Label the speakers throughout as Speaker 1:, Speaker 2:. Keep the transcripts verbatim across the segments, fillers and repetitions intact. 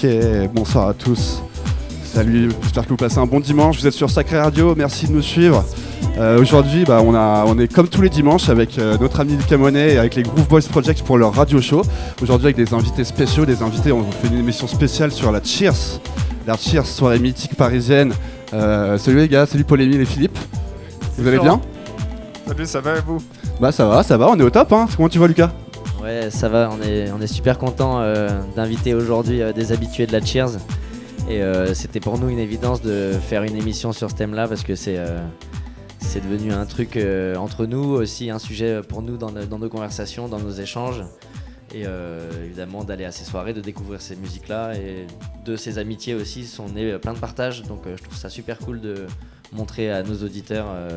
Speaker 1: Ok, bonsoir à tous. Salut, j'espère que vous passez un bon dimanche. Vous êtes sur Sacré Radio, merci de nous suivre. Euh, aujourd'hui, bah, on, a, on est comme tous les dimanches avec euh, notre ami Lucas Monet et avec les Groove Boys Project pour leur radio show. Aujourd'hui avec des invités spéciaux, des invités, on vous fait une émission spéciale sur la Cheers. La Cheers, soirée mythique parisienne. Euh, salut les gars, salut Paul-Émile et Philippe. Vous allez bien ?
Speaker 2: Salut, ça va et vous ?
Speaker 1: Bah ça va, ça va, on est au top. Hein. Comment tu vas Lucas ?
Speaker 3: Ouais, ça va, on est, on est super content euh, d'inviter aujourd'hui euh, des habitués de la Cheers. Et euh, c'était pour nous une évidence de faire une émission sur ce thème-là parce que c'est, euh, c'est devenu un truc euh, entre nous, aussi un sujet pour nous dans, no- dans nos conversations, dans nos échanges. Et euh, évidemment d'aller à ces soirées, de découvrir ces musiques-là. Et de ces amitiés aussi sont nés plein de partages. Donc euh, je trouve ça super cool de montrer à nos auditeurs euh,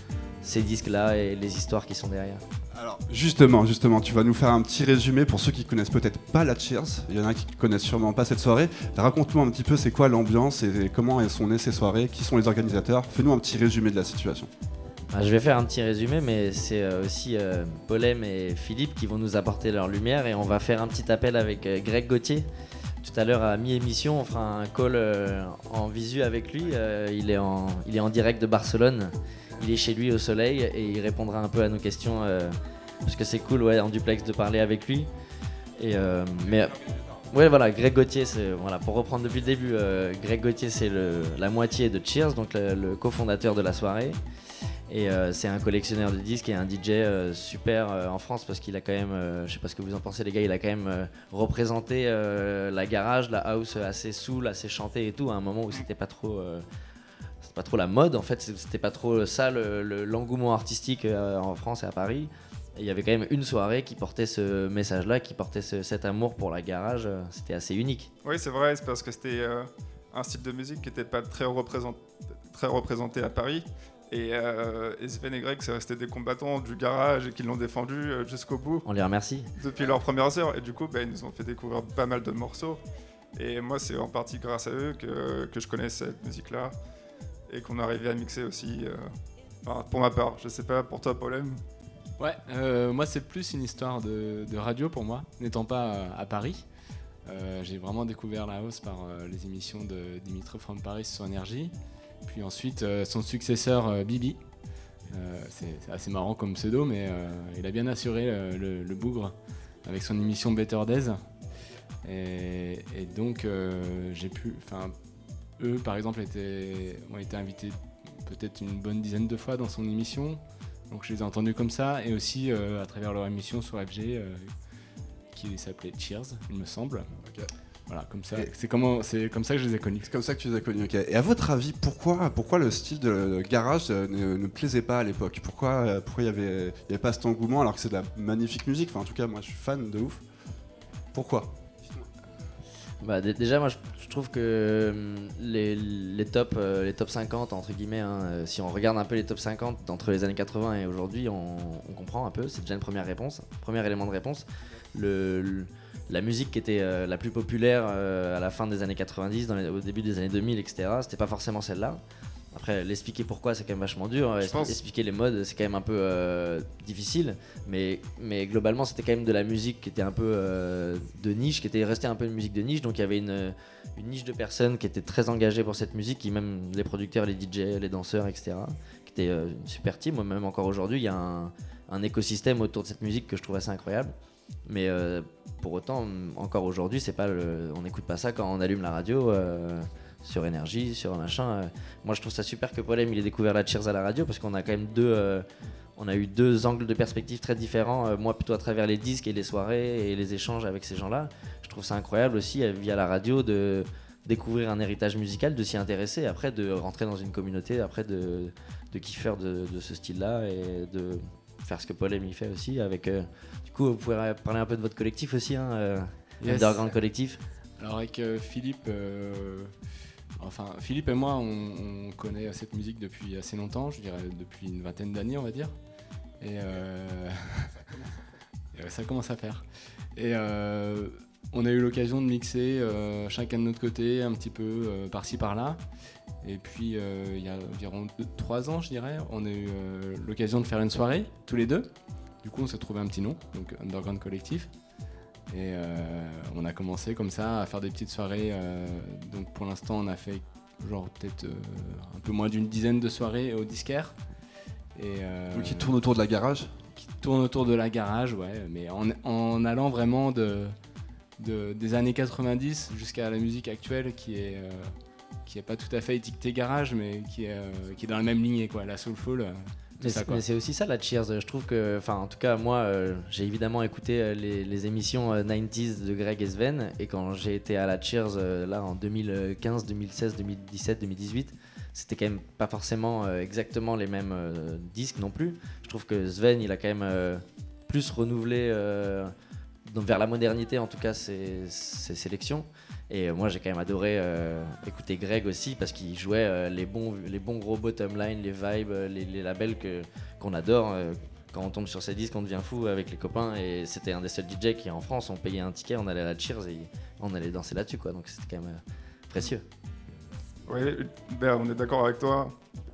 Speaker 3: ces disques-là et les histoires qui sont derrière.
Speaker 1: Alors justement, justement, tu vas nous faire un petit résumé pour ceux qui connaissent peut-être pas la Cheers. Il y en a qui connaissent sûrement pas cette soirée. Raconte-nous un petit peu c'est quoi l'ambiance et comment elles sont nées ces soirées, qui sont les organisateurs. Fais-nous un petit résumé de la situation.
Speaker 3: Ah, je vais faire un petit résumé, mais c'est euh, aussi euh, Paulem et Philippe qui vont nous apporter leur lumière et on va faire un petit appel avec euh, Greg Gauthier. Tout à l'heure à mi-émission, on fera un call euh, en visu avec lui. Euh, il, est en, il est en direct de Barcelone. Il est chez lui au soleil et il répondra un peu à nos questions euh, parce que c'est cool, ouais, en duplex de parler avec lui. Et euh, mais ouais, voilà, Greg Gauthier, c'est, voilà, pour reprendre depuis le début, euh, Greg Gauthier, c'est le, la moitié de Cheers, donc le, le cofondateur de la soirée. Et euh, c'est un collectionneur de disques et un D J euh, super euh, en France parce qu'il a quand même, euh, je sais pas ce que vous en pensez les gars, il a quand même euh, représenté euh, la garage, la house assez soul, assez chantée et tout, à un moment où c'était pas trop... Euh, C'était pas trop la mode en fait, c'était pas trop ça le, le, l'engouement artistique euh, en France et à Paris. Et il y avait quand même une soirée qui portait ce message-là, qui portait ce, cet amour pour la garage. euh, C'était assez unique.
Speaker 2: Oui, c'est vrai, c'est parce que c'était euh, un style de musique qui n'était pas très, représent... très représenté à Paris. Et, euh, et Sven et Greg, c'est resté des combattants du garage et qui l'ont défendu euh, jusqu'au bout.
Speaker 3: On les remercie.
Speaker 2: Depuis leurs premières heures. Et du coup, bah, ils nous ont fait découvrir pas mal de morceaux. Et moi, c'est en partie grâce à eux que, que je connais cette musique-là. Et qu'on est arrivé à mixer aussi, euh, enfin, pour ma part. Je sais pas, pour toi, Paulem.
Speaker 4: Ouais, euh, moi c'est plus une histoire de, de radio pour moi, n'étant pas euh, à Paris. Euh, j'ai vraiment découvert la house par euh, les émissions de Dimitri from Paris sur Énergie. Puis ensuite euh, son successeur euh, Bibi. Euh, c'est, c'est assez marrant comme pseudo, mais euh, il a bien assuré euh, le, le bougre avec son émission Better Days. Et, et donc euh, j'ai pu, enfin eux par exemple étaient, ont été invités peut-être une bonne dizaine de fois dans son émission. Donc je les ai entendus comme ça, et aussi euh, à travers leur émission sur F G, euh, qui s'appelait Cheers, il me semble.
Speaker 1: Okay.
Speaker 4: Voilà, comme ça.
Speaker 1: Et
Speaker 4: c'est, comment, c'est comme ça que je les ai connus.
Speaker 1: C'est comme ça que tu les as connus, ok. Et à votre avis, pourquoi, pourquoi le style de garage euh, ne, ne plaisait pas à l'époque ? Pourquoi euh, pourquoi il n'y avait, y avait pas cet engouement alors que c'est de la magnifique musique ? Enfin, en tout cas, moi je suis fan de ouf. Pourquoi ?
Speaker 3: Bah, d- déjà, moi je, je trouve que hum, les, les, top, euh, les top cinquante, entre guillemets, hein, euh, si on regarde un peu les top cinquante d'entre les années quatre-vingts et aujourd'hui, on, on comprend un peu. C'est déjà une première réponse, premier élément de réponse. Le, le, la musique qui était euh, la plus populaire euh, à la fin des années quatre-vingt-dix, dans les, au début des années deux mille, et cetera, c'était pas forcément celle-là. Après, l'expliquer pourquoi, c'est quand même vachement dur.
Speaker 2: Je
Speaker 3: Es-
Speaker 2: pense.
Speaker 3: Expliquer les modes, c'est quand même un peu euh, difficile. Mais, mais globalement, c'était quand même de la musique qui était un peu euh, de niche, qui était restée un peu une musique de niche. Donc il y avait une, une niche de personnes qui étaient très engagées pour cette musique, qui même les producteurs, les D J, les danseurs, et cetera, qui étaient euh, une super team. Moi, même encore aujourd'hui, il y a un, un écosystème autour de cette musique que je trouve assez incroyable. Mais euh, pour autant, encore aujourd'hui, c'est pas le, on n'écoute pas ça quand on allume la radio. Euh, sur Énergie, sur un machin. Euh, moi, je trouve ça super que Paulem il ait découvert la Cheers à la radio parce qu'on a quand même deux, euh, on a eu deux angles de perspective très différents. Euh, moi, plutôt à travers les disques et les soirées et les échanges avec ces gens-là. Je trouve ça incroyable aussi euh, via la radio de découvrir un héritage musical, de s'y intéresser, après de rentrer dans une communauté, après de, de kiffeurs de, de ce style-là et de faire ce que Paulem il fait aussi. Avec, euh, du coup, vous pouvez parler un peu de votre collectif aussi, hein, euh,
Speaker 4: Yes.
Speaker 3: Underground Collectif.
Speaker 4: Alors avec euh, Philippe, euh, enfin Philippe et moi, on, on connaît cette musique depuis assez longtemps, je dirais depuis une vingtaine d'années, on va dire. Et, euh, et ça commence à faire. Et euh, on a eu l'occasion de mixer euh, chacun de notre côté, un petit peu euh, par-ci par-là. Et puis euh, il y a environ trois ans, je dirais, on a eu euh, l'occasion de faire une soirée tous les deux. Du coup, on s'est trouvé un petit nom, donc Underground Collectif. Et euh, on a commencé comme ça à faire des petites soirées. Euh, donc pour l'instant, on a fait genre peut-être euh, un peu moins d'une dizaine de soirées au disquaire. Et, euh,
Speaker 1: Donc qui tourne autour de la garage.
Speaker 4: Qui tourne autour de la garage, ouais, mais en, en allant vraiment de, de, des années quatre-vingt-dix jusqu'à la musique actuelle qui est, euh, qui est pas tout à fait étiquetée garage, mais qui est, euh, qui est dans la même lignée, quoi, la soulful. Euh,
Speaker 3: Mais,
Speaker 4: ça,
Speaker 3: c'est,
Speaker 4: quoi.
Speaker 3: mais c'est aussi ça la Cheers. Je trouve que, enfin, en tout cas, moi, euh, j'ai évidemment écouté euh, les, les émissions euh, quatre-vingt-dix de Greg et Sven, et quand j'ai été à la Cheers euh, là en deux mille quinze, deux mille seize, deux mille dix-sept, deux mille dix-huit, c'était quand même pas forcément euh, exactement les mêmes euh, disques non plus. Je trouve que Sven, il a quand même euh, plus renouvelé euh, donc vers la modernité, en tout cas, ses, ses sélections. Et moi j'ai quand même adoré euh, écouter Greg aussi parce qu'il jouait euh, les, bons, les bons gros bottom line, les vibes, les, les labels que, qu'on adore. Euh, quand on tombe sur ces disques, on devient fou avec les copains. Et c'était un des seuls D J qui en France, on payait un ticket, on allait à la Cheers et on allait danser là-dessus, quoi. Donc c'était quand même euh, précieux.
Speaker 2: Oui, ben, on est d'accord avec toi.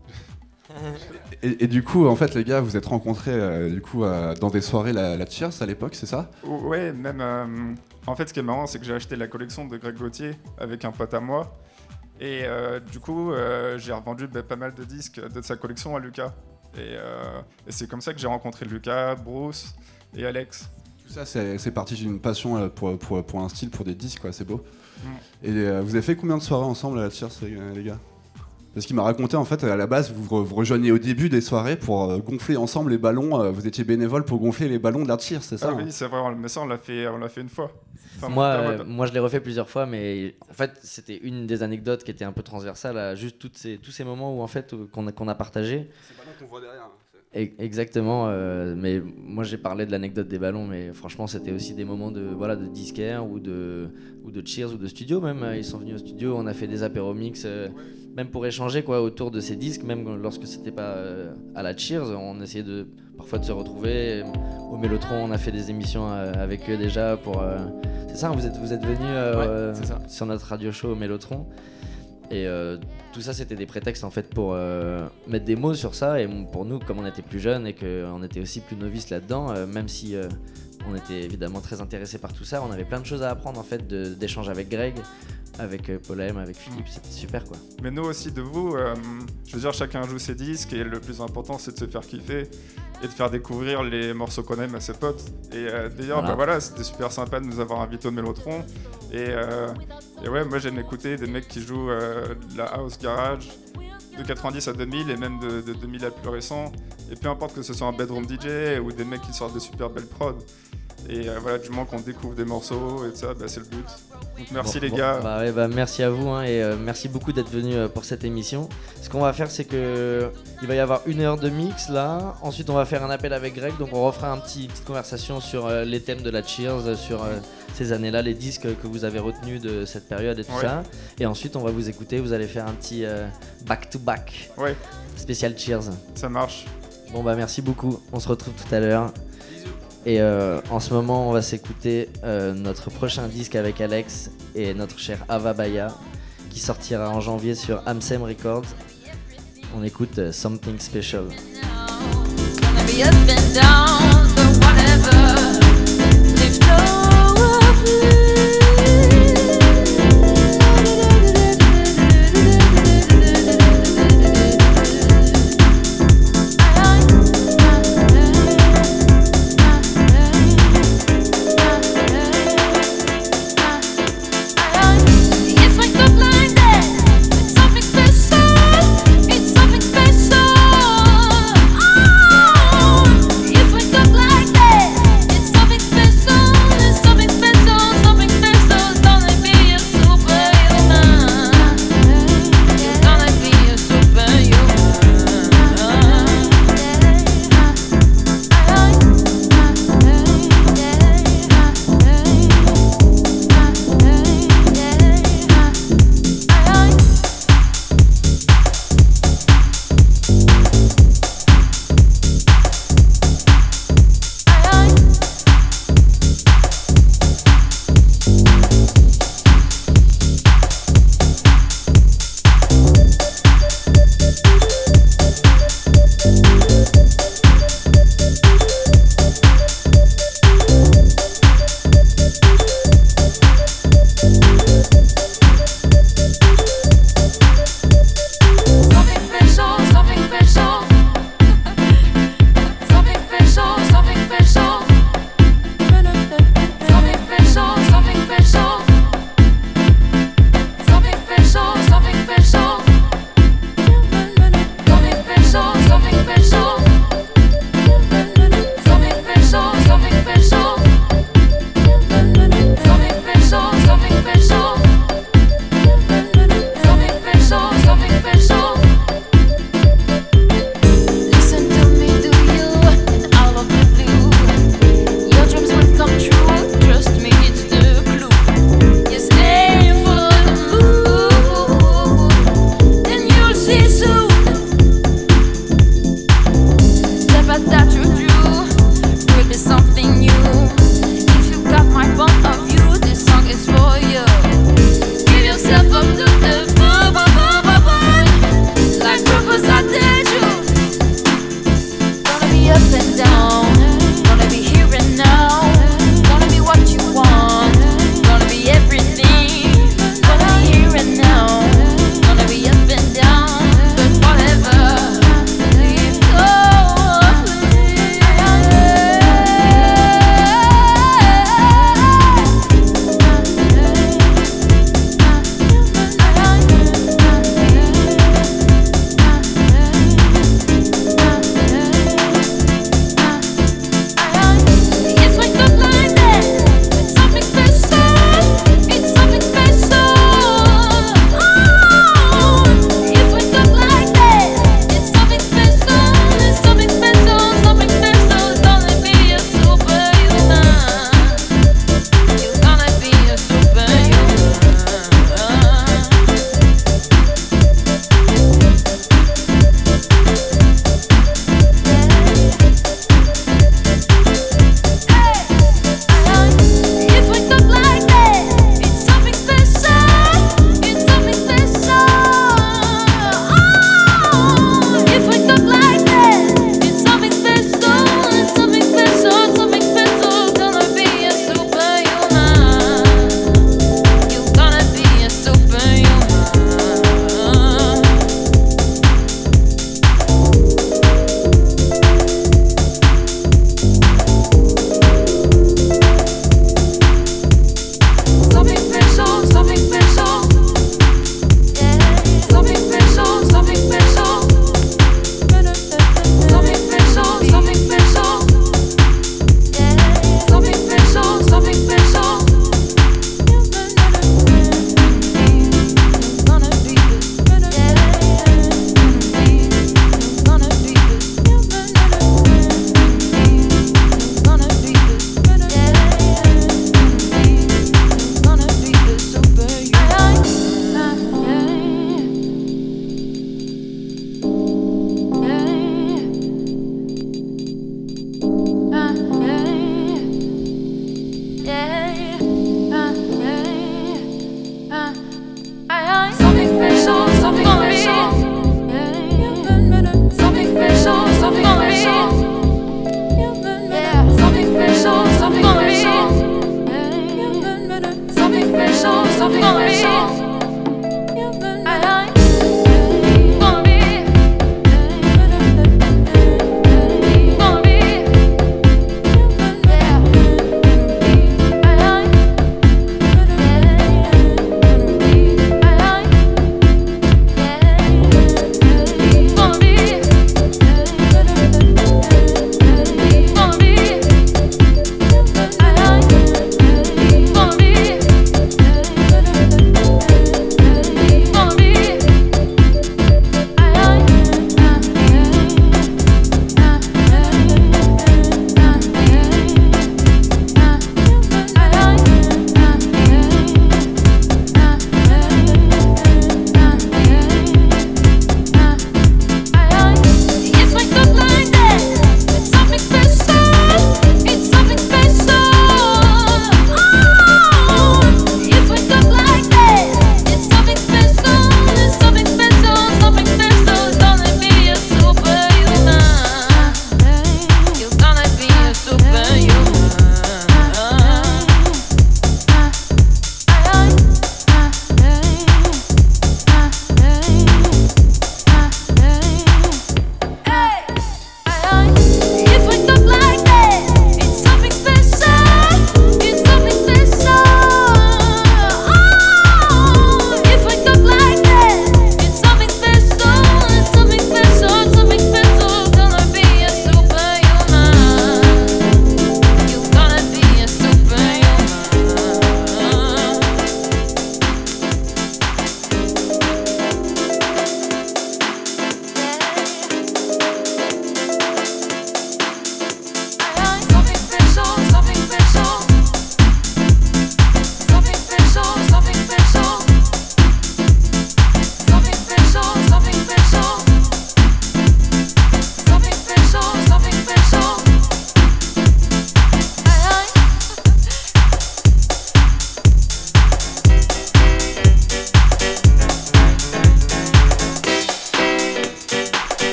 Speaker 1: Et, et du coup, en fait, les gars, vous êtes rencontrés euh, du coup euh, dans des soirées la, la Cheers à l'époque, c'est ça?
Speaker 2: Ouais, même. Euh, en fait, ce qui est marrant, c'est que j'ai acheté la collection de Greg Gauthier avec un pote à moi. Et euh, du coup, euh, j'ai revendu ben, pas mal de disques de sa collection à Lucas. Et, euh, et c'est comme ça que j'ai rencontré Lucas, Bruce et Alex.
Speaker 1: Tout ça, c'est, c'est parti d'une passion euh, pour, pour, pour un style, pour des disques, quoi, c'est beau.
Speaker 2: Mm.
Speaker 1: Et euh, vous avez fait combien de soirées ensemble à la Cheers, les, les gars? Parce qu'il m'a raconté, en fait, à la base, vous vous rejoignez au début des soirées pour euh, gonfler ensemble les ballons. Euh, vous étiez bénévole pour gonfler les ballons de la Cheers, c'est ça?
Speaker 2: Ah
Speaker 1: hein
Speaker 2: oui, c'est vrai, mais ça, on l'a fait, on l'a fait une fois. Enfin,
Speaker 3: moi,
Speaker 2: mon
Speaker 3: euh,
Speaker 2: pote-
Speaker 3: moi je l'ai refait plusieurs fois, mais en fait c'était une des anecdotes qui était un peu transversale à juste toutes ces, tous ces moments où en fait qu'on a, qu'on a partagé.
Speaker 1: C'est le ballon qu'on voit derrière.
Speaker 3: E- Exactement, euh, mais moi j'ai parlé de l'anecdote des ballons, mais franchement c'était aussi des moments de, voilà, de disquaire ou de, ou de Cheers ou de studio même. Ils sont venus au studio, on a fait des apéros mix, euh, même pour échanger quoi, autour de ces disques, même lorsque c'était pas euh, à la Cheers, on essayait de, parfois de se retrouver. Au Mélotron, on a fait des émissions euh, avec eux déjà pour... euh, c'est ça, vous êtes, vous êtes venus euh,
Speaker 4: Ouais, c'est ça.
Speaker 3: sur notre radio show au Mélotron. Et euh, tout ça, c'était des prétextes en fait pour euh, mettre des mots sur ça. Et pour nous, comme on était plus jeunes et qu'on était aussi plus novices là-dedans, euh, même si euh, on était évidemment très intéressés par tout ça, on avait plein de choses à apprendre en fait de, d'échanges avec Greg, avec euh, Paulem, avec Philippe. C'était super quoi.
Speaker 2: Mais nous aussi de vous, euh, je veux dire, chacun joue ses disques et le plus important c'est de se faire kiffer et de faire découvrir les morceaux qu'on aime à ses potes. Et euh, d'ailleurs,
Speaker 3: Voilà.
Speaker 2: bah voilà, c'était super sympa de nous avoir invités au Mélotron. Et, euh, et ouais, moi j'aime écouter des mecs qui jouent euh, de la house garage de quatre-vingt-dix à deux mille et même de, de deux mille à plus récent. Et peu importe que ce soit un bedroom D J ou des mecs qui sortent de super belles prods. Et euh, voilà, du moment qu'on découvre des morceaux et tout ça, bah, c'est le but. Donc merci
Speaker 3: Bon,
Speaker 2: les
Speaker 3: bon,
Speaker 2: gars.
Speaker 3: Bah ouais, bah merci à vous hein, et euh, merci beaucoup d'être venus euh, pour cette émission. Ce qu'on va faire, c'est que il va y avoir une heure de mix là. Ensuite, on va faire un appel avec Greg, donc on refera un petit, une petite conversation sur euh, les thèmes de la Cheers, euh, sur euh, ces années-là, les disques que vous avez retenus de cette période et tout
Speaker 2: Ouais.
Speaker 3: ça. Et ensuite, on va vous écouter. Vous allez faire un petit euh, back to back
Speaker 2: Ouais,
Speaker 3: spécial Cheers.
Speaker 2: ça marche.
Speaker 3: Bon bah merci beaucoup. On se retrouve tout à l'heure. Et euh, en ce moment, on va s'écouter euh, notre prochain disque avec Alex et notre cher Ava Baya qui sortira en janvier sur Amsem Records. On écoute euh, Something Special.
Speaker 5: Maybe up and down, but whatever. There's no It's like the blinded. It's something special. It's something special. Oh, it's like the blinded. It's something special. It's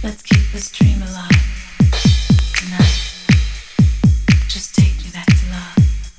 Speaker 6: Let's keep this dream alive tonight. Just take me back to love.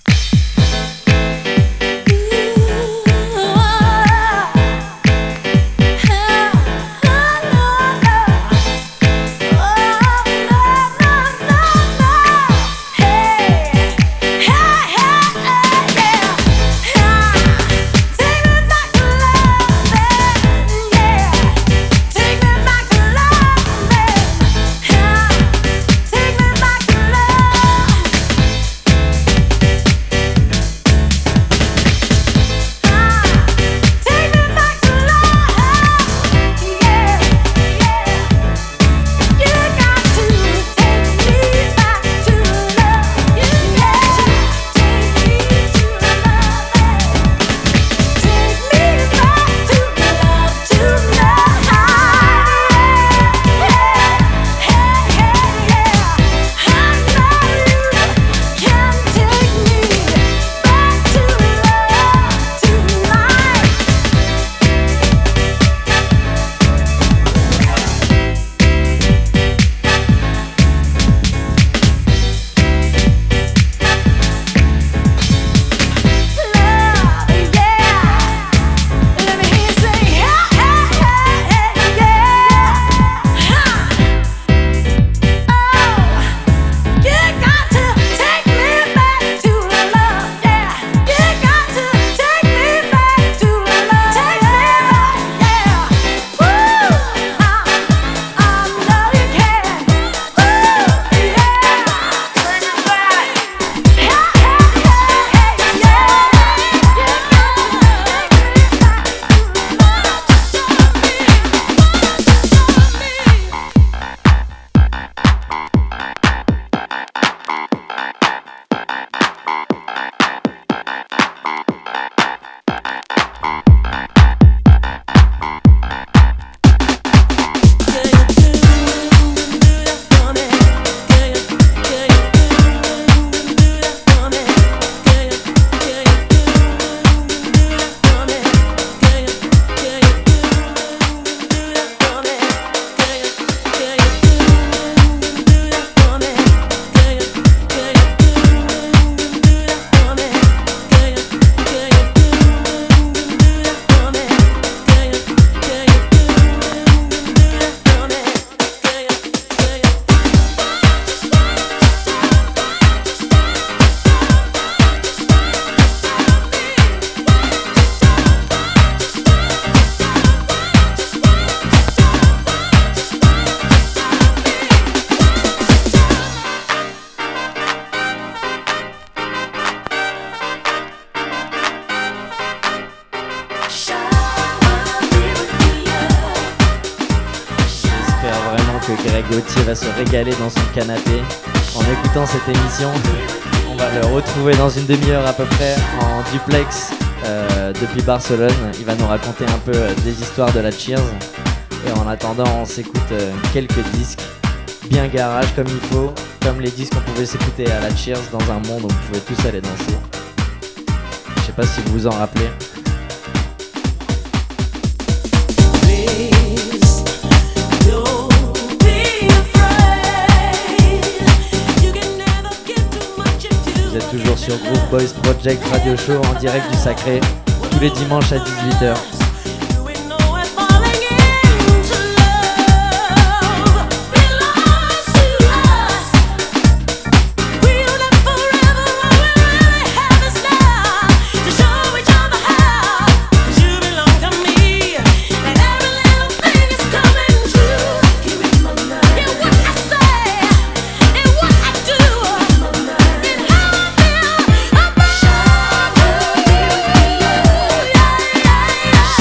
Speaker 3: Greg Gauthier va se régaler dans son canapé en écoutant cette émission. On va le retrouver dans une demi-heure à peu près en duplex euh, depuis Barcelone. Il va nous raconter un peu euh, des histoires de la Cheers. Et en attendant, on s'écoute euh, quelques disques bien garage comme il faut, comme les disques qu'on pouvait s'écouter à la Cheers dans un monde où on pouvait tous aller danser. Je sais pas si vous vous en rappelez. Vous êtes toujours sur Groove Boys Project Radio Show en direct du Sacré, tous les dimanches à dix-huit heures.
Speaker 5: Yeah.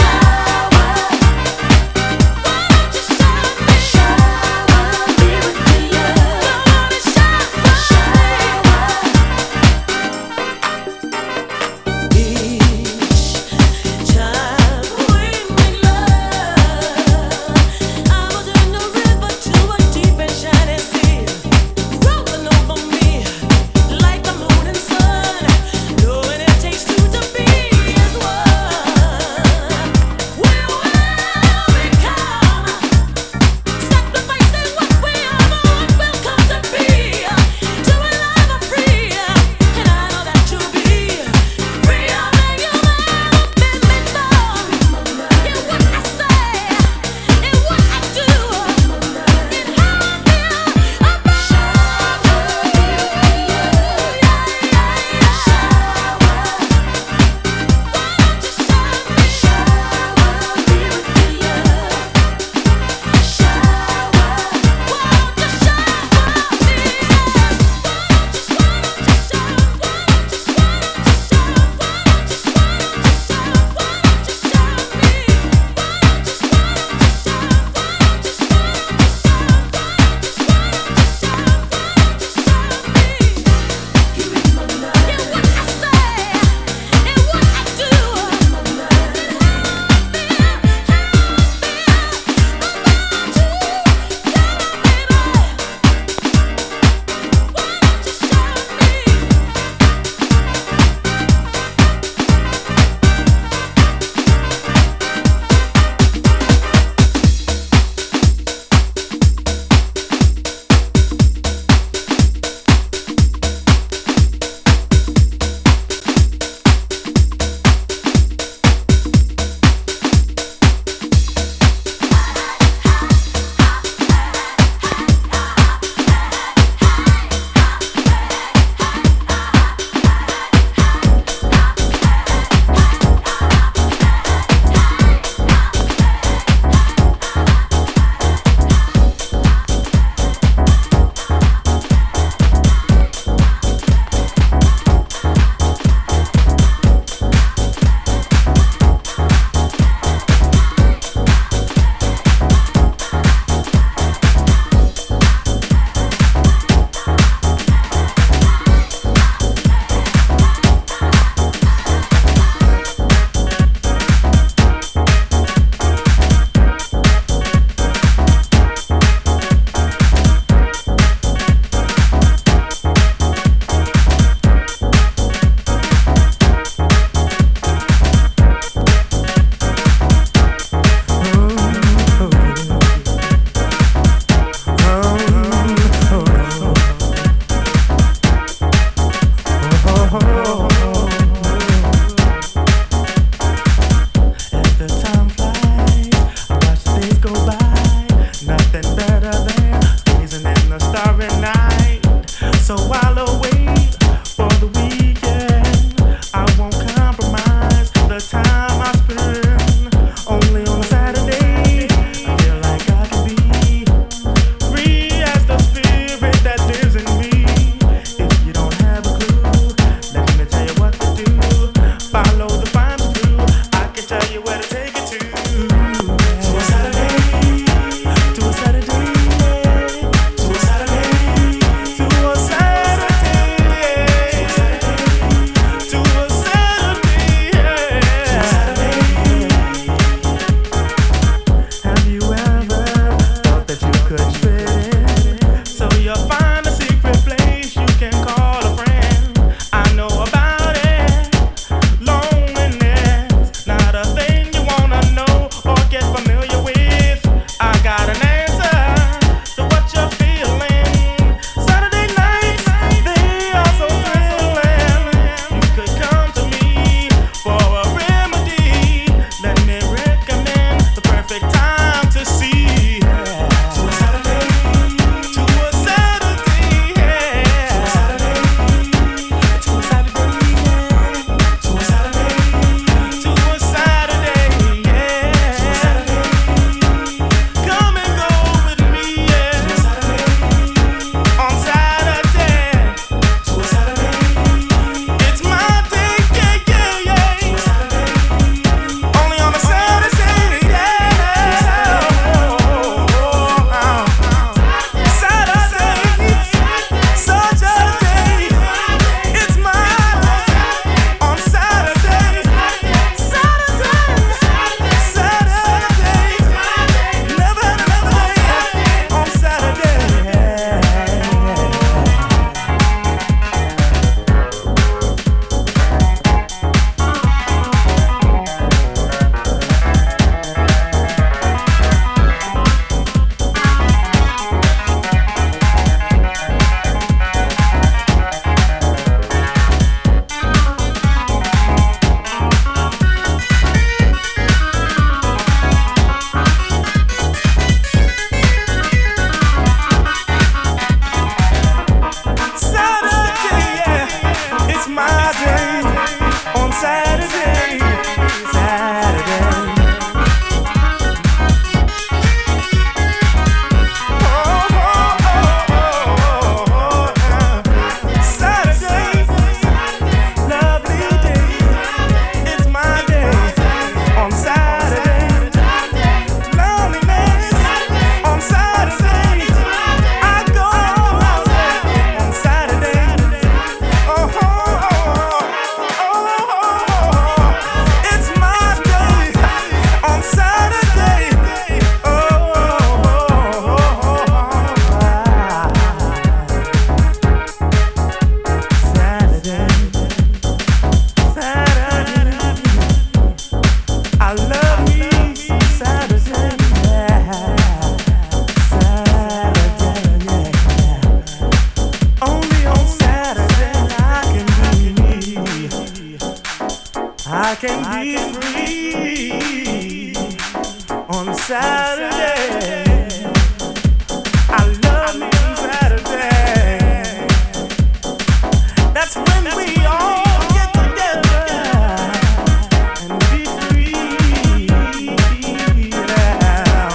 Speaker 7: can be free on Saturday. I love me on Saturday. That's when we all get together and be free. Yeah.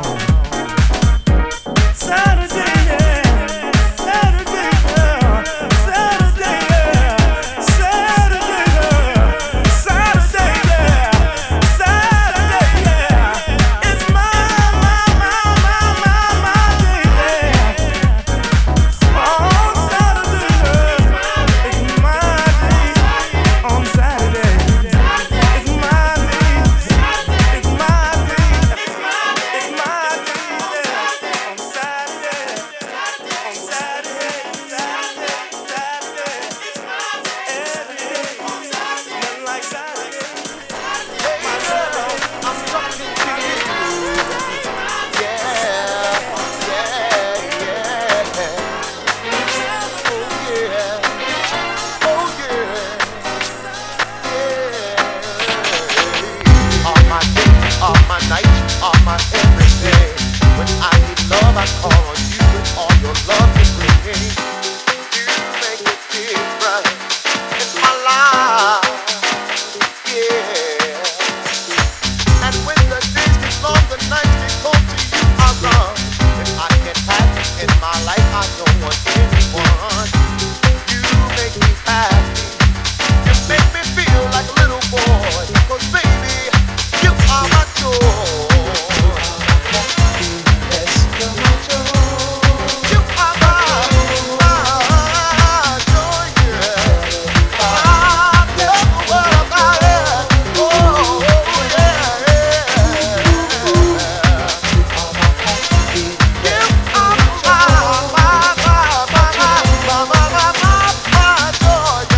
Speaker 7: Saturday, yeah. Saturday, yeah. Saturday, yeah. Saturday, yeah. Saturday, yeah. Saturday, yeah. It's my, my, my, my, my, my day, yeah. On Saturday, yeah. It's my day. On Saturday, it's my day. It's my day. It's my day, yeah. On Saturday, on Saturday, Saturday, Saturday, every day, nothing like Saturday. My love, I'm talking to you.
Speaker 8: Yeah, yeah, yeah. Oh yeah, oh yeah, yeah. All my day, all my night, all my everything. When I need love, I call on you with all your love to bring. You make a difference in my life. Yeah. And when the days get long, the nights get cold, to you I run. If I can't have you in my life, I don't want anyone. You make me happy. You make me feel like a little boy. 'Cause baby, you are my joy. You are my, my joy, yeah. I know what about it. Oh, yeah, yeah. You are my, my, my, my, my, my, my, my, my joy,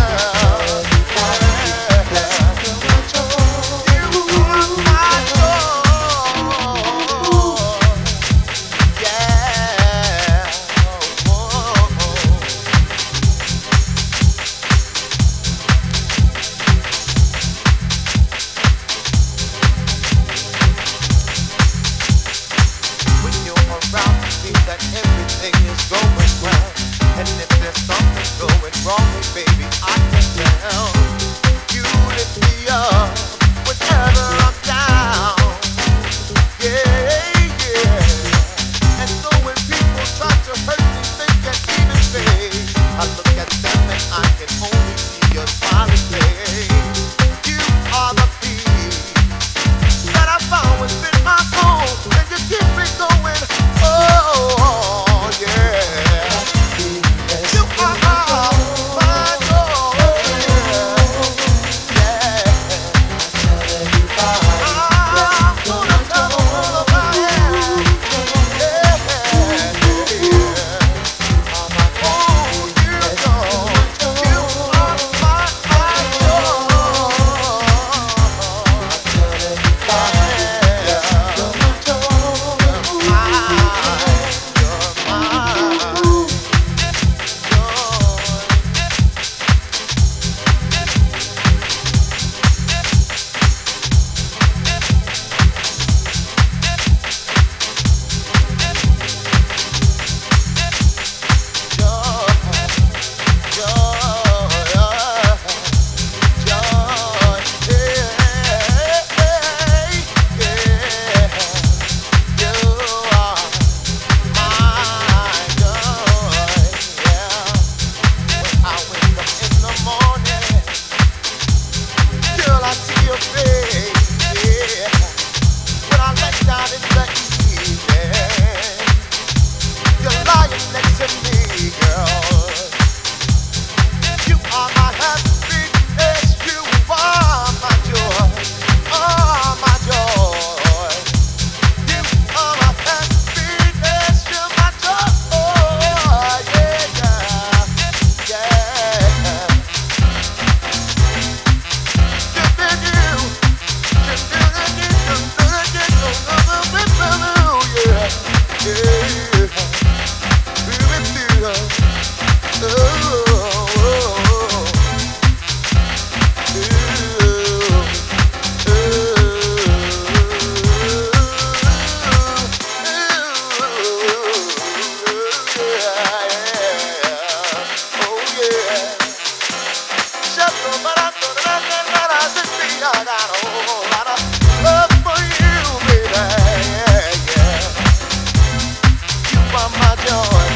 Speaker 8: joy.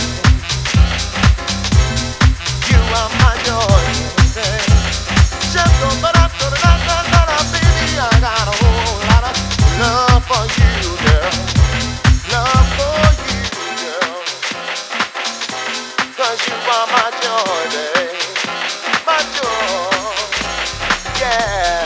Speaker 8: You are my joy. Gentle, but I thought that, that, that, baby, I got a whole lot of love for you, girl. Love for you, girl. 'Cause you are my joy, babe. My joy. Yeah.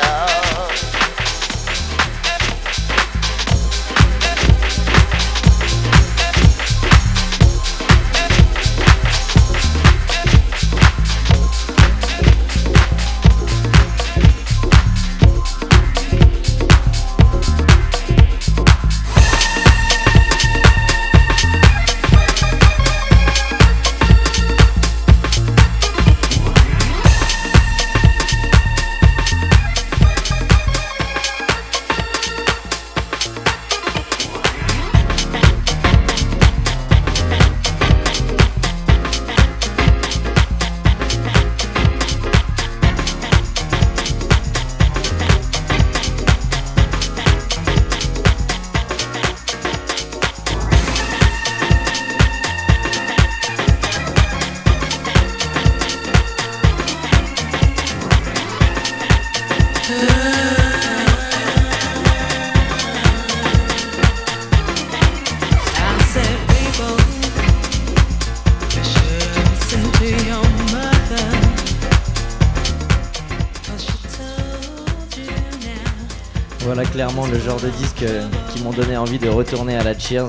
Speaker 3: Voilà clairement le genre de disque euh, qui m'ont donné envie de retourner à la Cheers.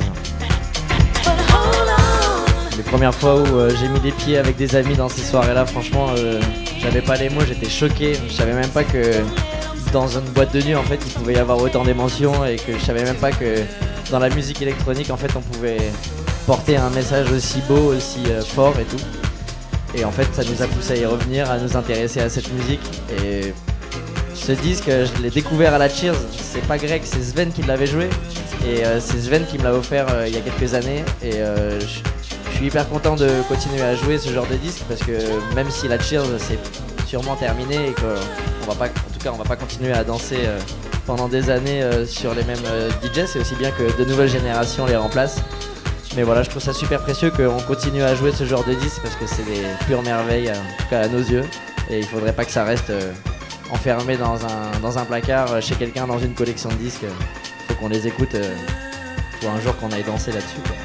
Speaker 3: Les premières fois où euh, j'ai mis les pieds avec des amis dans ces soirées-là, franchement, euh, j'avais pas les mots, j'étais choqué. Je savais même pas que dans une boîte de nuit, en fait, il pouvait y avoir autant d'émotions et que je savais même pas que dans la musique électronique, en fait, on pouvait porter un message aussi beau, aussi euh, fort et tout. Et en fait, ça nous a poussé à y revenir, à nous intéresser à cette musique. Et ce disque, je l'ai découvert à la Cheers. C'est pas Greg, c'est Sven qui l'avait joué. Et euh, c'est Sven qui me l'a offert euh, il y a quelques années. Et euh, je, je suis hyper content de continuer à jouer ce genre de disque parce que même si la Cheers c'est sûrement terminé et qu'on va pas, en tout cas, on va pas continuer à danser euh, pendant des années euh, sur les mêmes euh, D J, c'est aussi bien que de nouvelles générations les remplacent. Mais voilà, je trouve ça super précieux qu'on continue à jouer ce genre de disque parce que c'est des pures merveilles, en tout cas à nos yeux. Et il faudrait pas que ça reste euh, enfermé dans un, dans un placard euh, chez quelqu'un dans une collection de disques. Faut qu'on les écoute, euh, faut un jour qu'on aille danser là-dessus, quoi.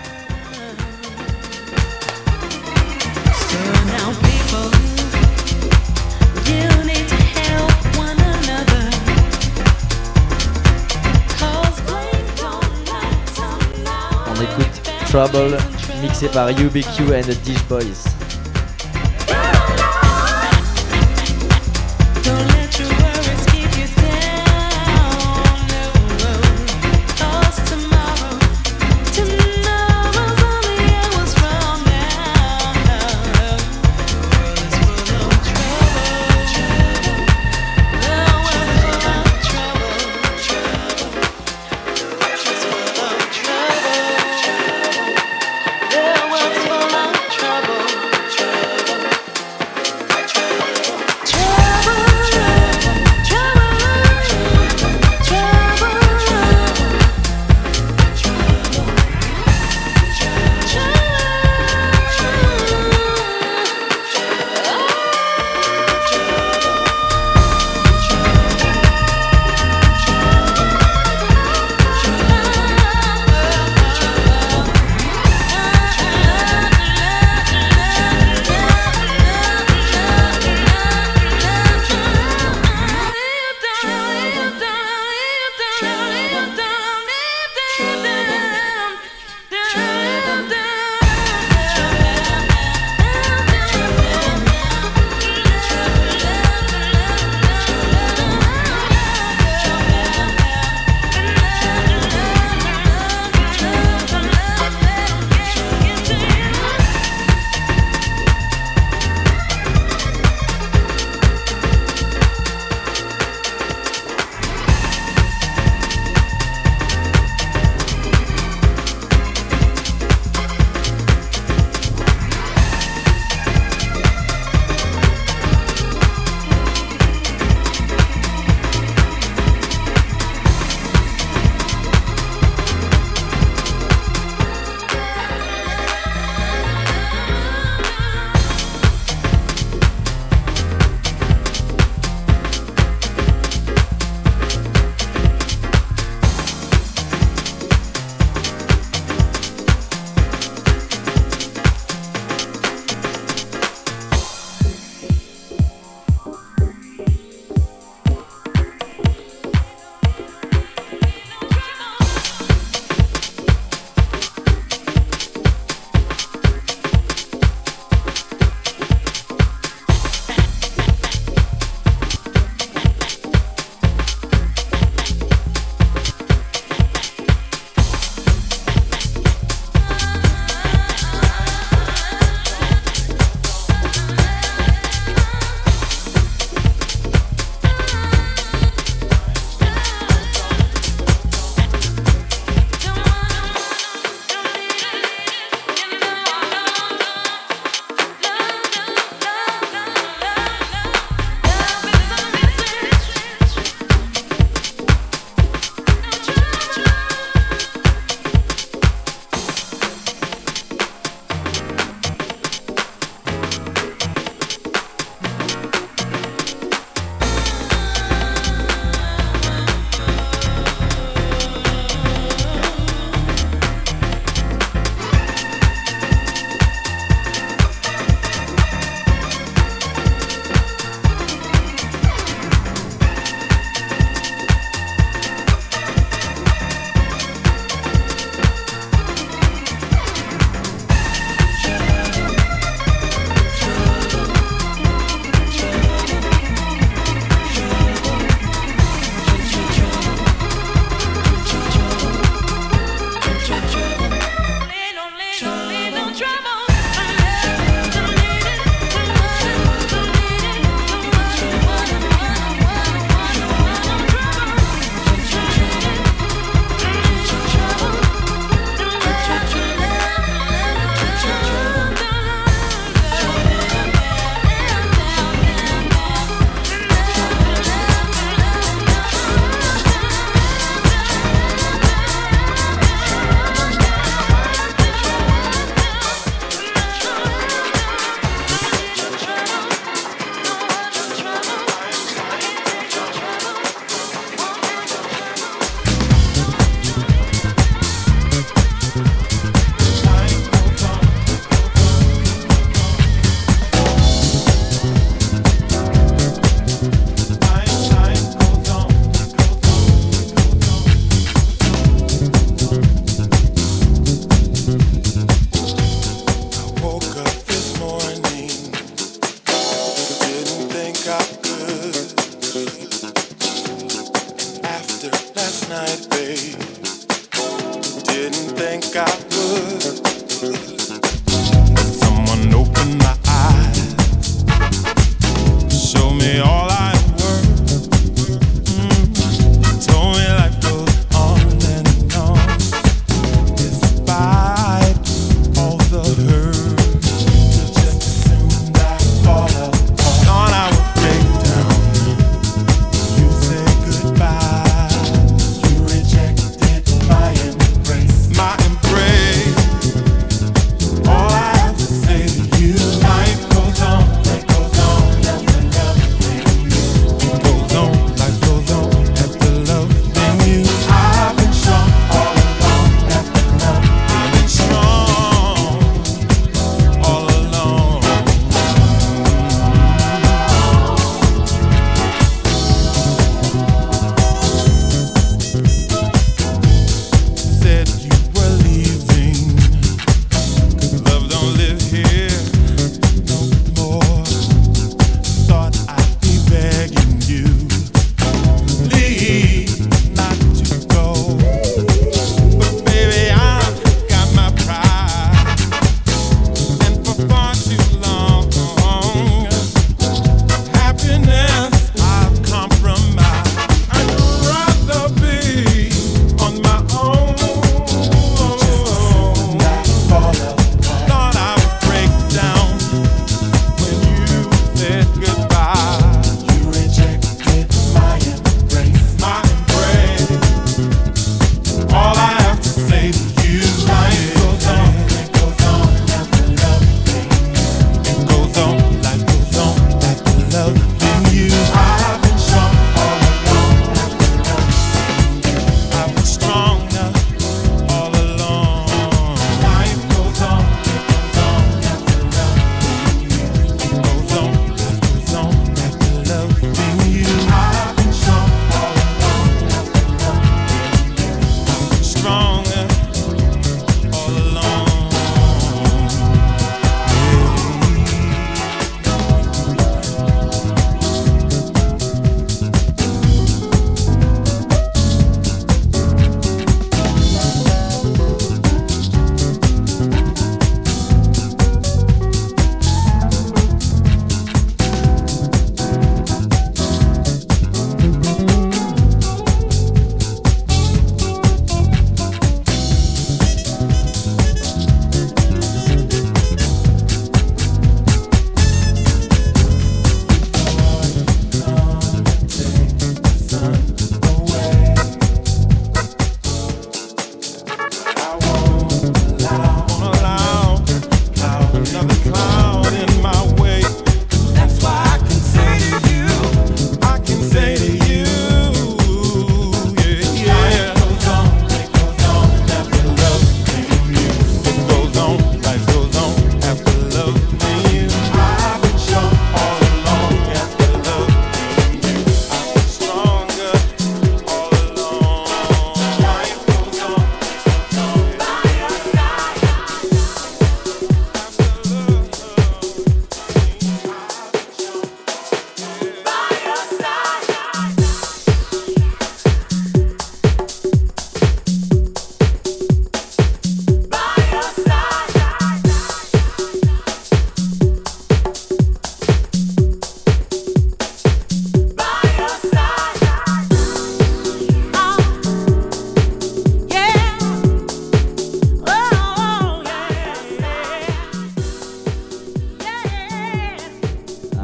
Speaker 3: On écoute Trouble, mixé par U B Q and the Dish Boys.
Speaker 8: Trouble.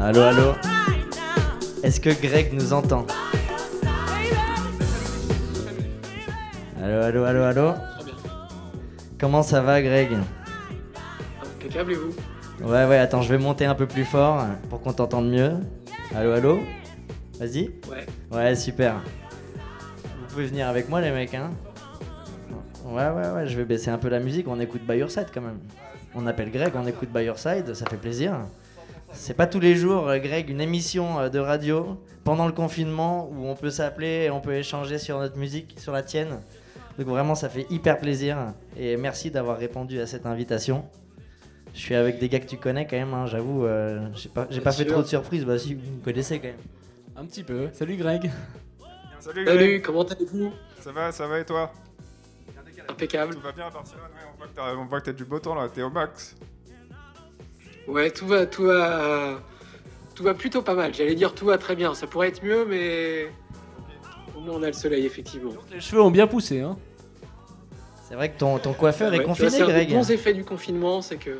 Speaker 3: Allô, allô. Est-ce que Greg nous entend? Allô, allô, allô, allô.
Speaker 9: Très bien.
Speaker 3: Comment ça va, Greg?
Speaker 9: Impeccable, et vous?
Speaker 3: Ouais, ouais, attends, je vais monter un peu plus fort pour qu'on t'entende mieux. Allô, allô. Vas-y.
Speaker 9: Ouais.
Speaker 3: Ouais, super. Vous pouvez venir avec moi, les mecs, hein? Ouais, ouais, ouais, je vais baisser un peu la musique. On écoute By Your Side quand même. On appelle Greg, on écoute By Your Side, ça fait plaisir. C'est pas tous les jours, euh, Greg, une émission euh, de radio pendant le confinement où on peut s'appeler et on peut échanger sur notre musique, sur la tienne. Donc vraiment, ça fait hyper plaisir. Et merci d'avoir répondu à cette invitation. Je suis avec des gars que tu connais quand même, hein, j'avoue. Euh, j'ai pas, j'ai pas fait
Speaker 9: sûr.
Speaker 3: trop de surprises. Bah si, vous me connaissez quand même.
Speaker 4: Un petit peu. Salut Greg.
Speaker 2: Salut Greg.
Speaker 9: Salut, comment allez-vous?
Speaker 2: Ça va, ça va et toi?
Speaker 9: Impeccable.
Speaker 2: Tout va bien à Barcelone, ouais, on voit que t'as, on voit que t'as du beau temps là, t'es au max.
Speaker 9: Ouais, tout va, tout va, tout va plutôt pas mal. J'allais dire tout va très bien. Ça pourrait être mieux, mais au moins on a le soleil, effectivement.
Speaker 4: Les cheveux ont bien poussé, hein.
Speaker 3: C'est vrai que ton, ton coiffeur
Speaker 9: Ouais,
Speaker 3: est
Speaker 9: tu vois,
Speaker 3: confiné,
Speaker 9: c'est un des
Speaker 3: Greg.
Speaker 9: bons effets du confinement, c'est que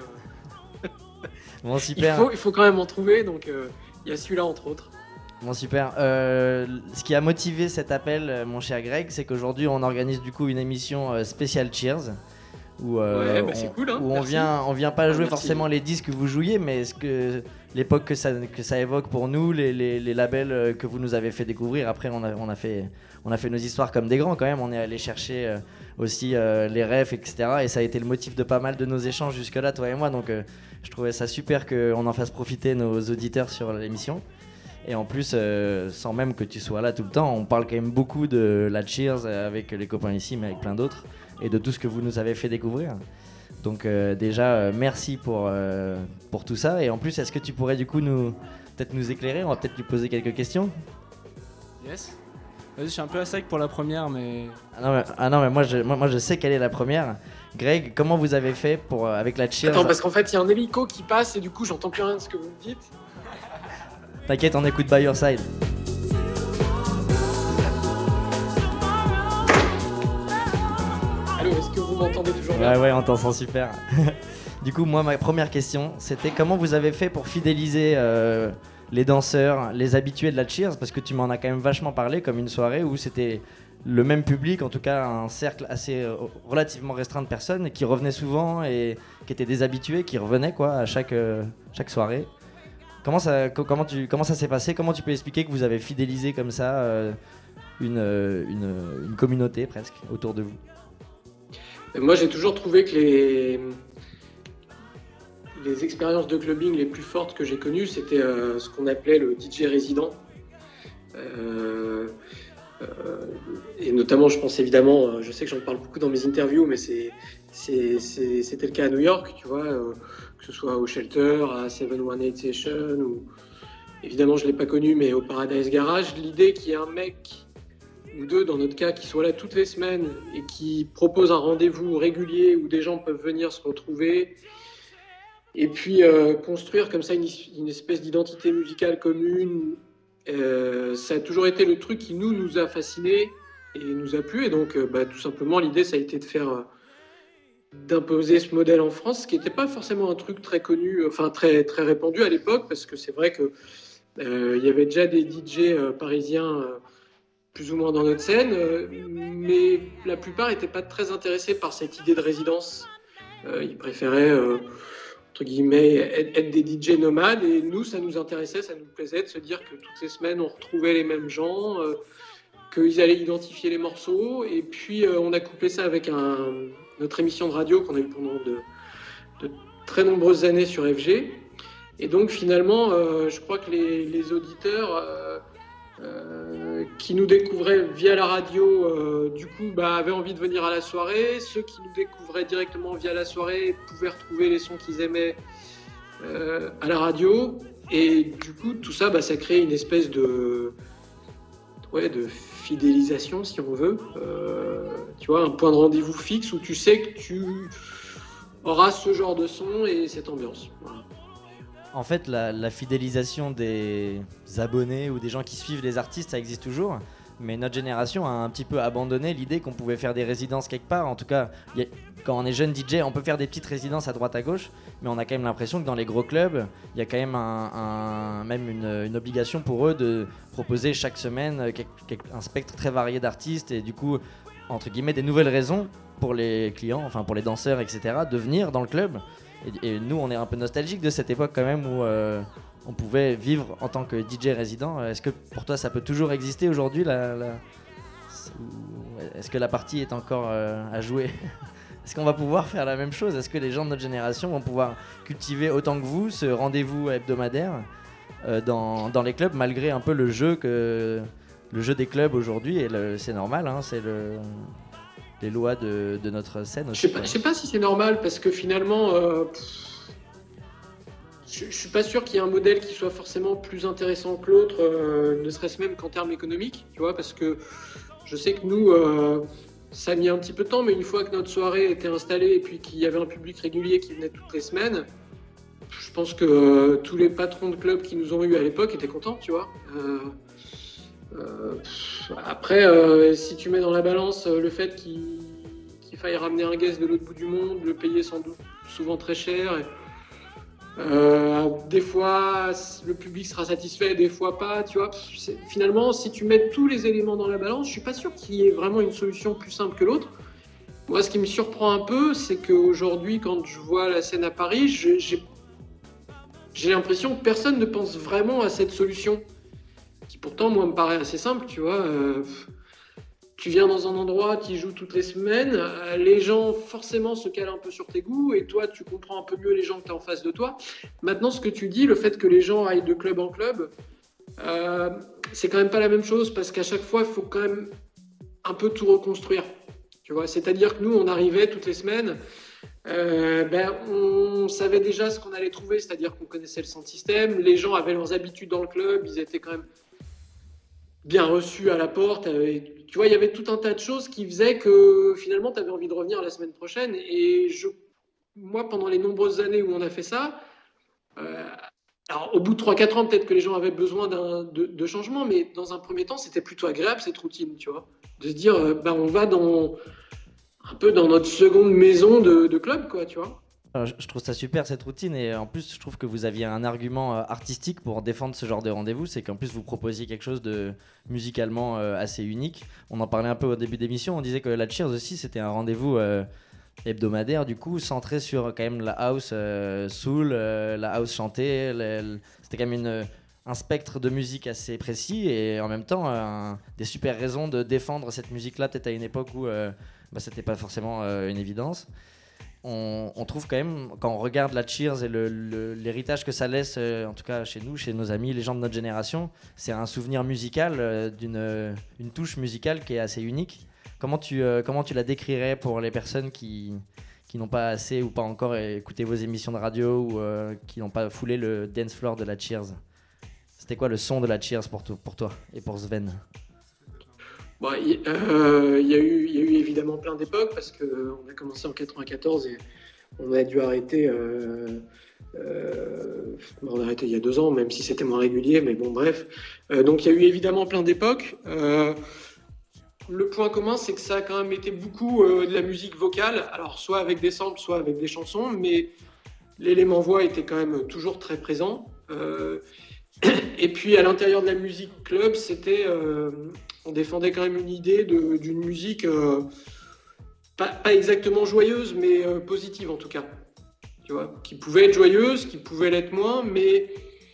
Speaker 3: Bon,
Speaker 9: il
Speaker 3: super.
Speaker 9: faut, il faut quand même en trouver. Donc euh, il y a celui-là entre autres.
Speaker 3: Bon, super. Euh, ce qui a motivé cet appel, euh, mon cher Greg, c'est qu'aujourd'hui on organise du coup une émission euh, spéciale Cheers. Où, euh,
Speaker 9: Ouais, bah,
Speaker 3: on,
Speaker 9: c'est cool, hein,
Speaker 3: où on
Speaker 9: merci.
Speaker 3: vient, on vient pas
Speaker 9: Ah,
Speaker 3: jouer
Speaker 9: merci.
Speaker 3: forcément les disques que vous jouiez, mais ce que l'époque que ça, que ça évoque pour nous, les, les, les labels euh, que vous nous avez fait découvrir. Après, on a, on a fait, on a fait nos histoires comme des grands quand même. On est allé chercher euh, aussi euh, les refs, et cetera. Et ça a été le motif de pas mal de nos échanges jusque-là, toi et moi. Donc, euh, je trouvais ça super qu'on en fasse profiter nos auditeurs sur l'émission. Et en plus, euh, sans même que tu sois là tout le temps, on parle quand même beaucoup de la Cheers euh, avec les copains ici, mais avec plein d'autres, et de tout ce que vous nous avez fait découvrir. Donc euh, déjà, euh, merci pour, euh, pour tout ça. Et en plus, est-ce que tu pourrais du coup nous peut-être nous éclairer? On va peut-être lui poser quelques questions.
Speaker 4: Yes. Vas-y, je suis un peu à sec pour la première, mais.
Speaker 3: Ah non, mais, ah non, mais moi, je, moi, moi je sais quelle est la première. Greg, comment vous avez fait pour, euh, avec la Cheers?
Speaker 9: Attends, parce qu'en fait, il y a un hélico qui passe et du coup, j'entends plus rien de ce que vous me dites.
Speaker 3: T'inquiète, on écoute By Your Side.
Speaker 9: Allô, est-ce que vous m'entendez toujours bien?
Speaker 3: Ouais, ouais, on t'entend super. Du coup, moi, ma première question, c'était comment vous avez fait pour fidéliser euh, les danseurs, les habitués de la Cheers? Parce que tu m'en as quand même vachement parlé, comme une soirée où c'était le même public, en tout cas un cercle assez euh, relativement restreint de personnes qui revenaient souvent et qui étaient des habitués, qui revenaient quoi à chaque, euh, chaque soirée. Comment ça, co- comment, tu, comment ça s'est passé? Comment tu peux expliquer que vous avez fidélisé comme ça euh, une, euh, une, une communauté presque autour de vous?
Speaker 9: Et moi, j'ai toujours trouvé que les, les expériences de clubbing les plus fortes que j'ai connues, c'était euh, ce qu'on appelait le D J résident. Euh, euh, et notamment, je pense évidemment, euh, je sais que j'en parle beaucoup dans mes interviews, mais c'est, c'est, c'est- c'était le cas à New York, tu vois, euh, que ce soit au Shelter, à sept cent dix-huit Session, ou évidemment, je ne l'ai pas connu, mais au Paradise Garage. L'idée qu'il y ait un mec ou deux, dans notre cas, qui soit là toutes les semaines et qui propose un rendez-vous régulier où des gens peuvent venir se retrouver et puis euh, construire comme ça une, une espèce d'identité musicale commune. Euh, ça a toujours été le truc qui nous, nous a fascinés et nous a plu. Et donc, euh, bah, tout simplement, l'idée, ça a été de faire, euh, d'imposer ce modèle en France, ce qui n'était pas forcément un truc très connu, enfin très, très répandu à l'époque, parce que c'est vrai que euh, il y avait déjà des D J euh, parisiens euh, plus ou moins dans notre scène, euh, mais la plupart n'étaient pas très intéressés par cette idée de résidence. Euh, ils préféraient, euh, entre guillemets, être, être des D J nomades, et nous, ça nous intéressait, ça nous plaisait de se dire que toutes les semaines, on retrouvait les mêmes gens, euh, qu'ils allaient identifier les morceaux, et puis euh, on a couplé ça avec un, notre émission de radio qu'on a eue pendant de, de très nombreuses années sur F G. Et donc finalement, euh, je crois que les, les auditeurs euh, euh, qui nous découvraient via la radio, euh, du coup, bah, avaient envie de venir à la soirée. Ceux qui nous découvraient directement via la soirée pouvaient retrouver les sons qu'ils aimaient euh, à la radio. Et du coup, tout ça, bah, ça crée une espèce de, ouais, de fidélisation, si on veut. Euh, tu vois, un point de rendez-vous fixe où tu sais que tu auras ce genre de son et cette ambiance. Voilà.
Speaker 3: En fait, la, la fidélisation des abonnés ou des gens qui suivent les artistes, ça existe toujours. Mais notre génération a un petit peu abandonné l'idée qu'on pouvait faire des résidences quelque part. En tout cas, y a- quand on est jeune D J, on peut faire des petites résidences à droite à gauche, mais on a quand même l'impression que dans les gros clubs, il y a quand même un, un- même une, une obligation pour eux de proposer chaque semaine quel- quel- un spectre très varié d'artistes et du coup, entre guillemets, des nouvelles raisons pour les clients, enfin pour les danseurs, et cetera, de venir dans le club. Et, et nous, on est un peu nostalgique de cette époque quand même où euh, on pouvait vivre en tant que D J résident. Est-ce que pour toi, ça peut toujours exister aujourd'hui la, la- ou est-ce que la partie est encore euh, à jouer? Est-ce qu'on va pouvoir faire la même chose? Est-ce que les gens de notre génération vont pouvoir cultiver autant que vous ce rendez-vous hebdomadaire euh, dans, dans les clubs, malgré un peu le jeu, que, le jeu des clubs aujourd'hui? Et le- c'est normal, hein, c'est le, les lois de, de notre scène
Speaker 9: Je
Speaker 3: aussi.
Speaker 9: sais pas,
Speaker 3: quoi.
Speaker 9: je sais pas si c'est normal parce que finalement, euh, pff, je, je suis pas sûr qu'il y ait un modèle qui soit forcément plus intéressant que l'autre, euh, ne serait-ce même qu'en termes économiques, tu vois, parce que je sais que nous, euh, ça a mis un petit peu de temps, mais une fois que notre soirée était installée et puis qu'il y avait un public régulier qui venait toutes les semaines, je pense que euh, tous les patrons de clubs qui nous ont eu à l'époque étaient contents, tu vois. Euh, euh, pff, après, euh, si tu mets dans la balance euh, le fait qu'il qu'il faille ramener un guest de l'autre bout du monde, le payer sans doute souvent très cher, et, euh, des fois le public sera satisfait, des fois pas, tu vois. Pff, c'est- finalement, si tu mets tous les éléments dans la balance, je suis pas sûr qu'il y ait vraiment une solution plus simple que l'autre. Moi, ce qui me surprend un peu, c'est qu'aujourd'hui, quand je vois la scène à Paris, je- j'ai j'ai l'impression que personne ne pense vraiment à cette solution, qui pourtant, moi, me paraît assez simple, tu vois. Euh, tu viens dans un endroit, tu y joues toutes les semaines, euh, les gens forcément se calent un peu sur tes goûts, et toi, tu comprends un peu mieux les gens que tu as en face de toi. Maintenant, ce que tu dis, le fait que les gens aillent de club en club, euh, c'est quand même pas la même chose, parce qu'à chaque fois, il faut quand même un peu tout reconstruire. Tu vois, c'est-à-dire que nous, on arrivait toutes les semaines, euh, ben, on savait déjà ce qu'on allait trouver, c'est-à-dire qu'on connaissait le sound system, les gens avaient leurs habitudes dans le club, ils étaient quand même bien reçus à la porte. euh, Tu vois, il y avait tout un tas de choses qui faisaient que finalement, tu avais envie de revenir la semaine prochaine. Et je, moi, pendant les nombreuses années où on a fait ça, euh, alors au bout de trois quatre ans, peut-être que les gens avaient besoin d'un, de, de changement, mais dans un premier temps, c'était plutôt agréable cette routine, tu vois, de se dire, euh, ben, on va dans un peu dans notre seconde maison de, de club, quoi, tu vois.
Speaker 3: Alors, je je trouve ça super cette routine et en plus je trouve que vous aviez un argument euh, artistique pour défendre ce genre de rendez-vous, c'est qu'en plus vous proposiez quelque chose de musicalement euh, assez unique. On en parlait un peu au début d'émission, on disait que la Cheers aussi c'était un rendez-vous euh, hebdomadaire du coup centré sur quand même la house euh, soul, euh, la house chantée, le- le- c'était quand même une, un spectre de musique assez précis et en même temps euh, un- des super raisons de défendre cette musique-là peut-être à une époque où euh, bah, c'était pas forcément euh, une évidence. On, on trouve quand même, quand on regarde la Cheers et le- le- l'héritage que ça laisse, euh, en tout cas chez nous, chez nos amis, les gens de notre génération, c'est un souvenir musical, euh, d'une euh, une touche musicale qui est assez unique. Comment tu, euh, comment tu la décrirais pour les personnes qui, qui n'ont pas assez ou pas encore écouté vos émissions de radio ou euh, qui n'ont pas foulé le dance floor de la Cheers? C'était quoi le son de la Cheers pour, to- pour toi et pour Sven?
Speaker 9: Bon, il euh, il y, a eu- il y a eu évidemment plein d'époques parce qu'on a commencé en quatre-vingt-quatorze et on a dû arrêter. Euh, euh, on a arrêté il y a deux ans, même si c'était moins régulier, mais bon, bref. Euh, donc il y a eu évidemment plein d'époques. Euh, le point commun, c'est que ça a quand même été beaucoup euh, de la musique vocale, alors soit avec des samples, soit avec des chansons, mais l'élément voix était quand même toujours très présent. Euh, et puis à l'intérieur de la musique club, c'était, euh, on défendait quand même une idée de- d'une musique euh, pas, pas exactement joyeuse, mais euh, positive en tout cas. Tu vois, qui pouvait être joyeuse, qui pouvait l'être moins, mais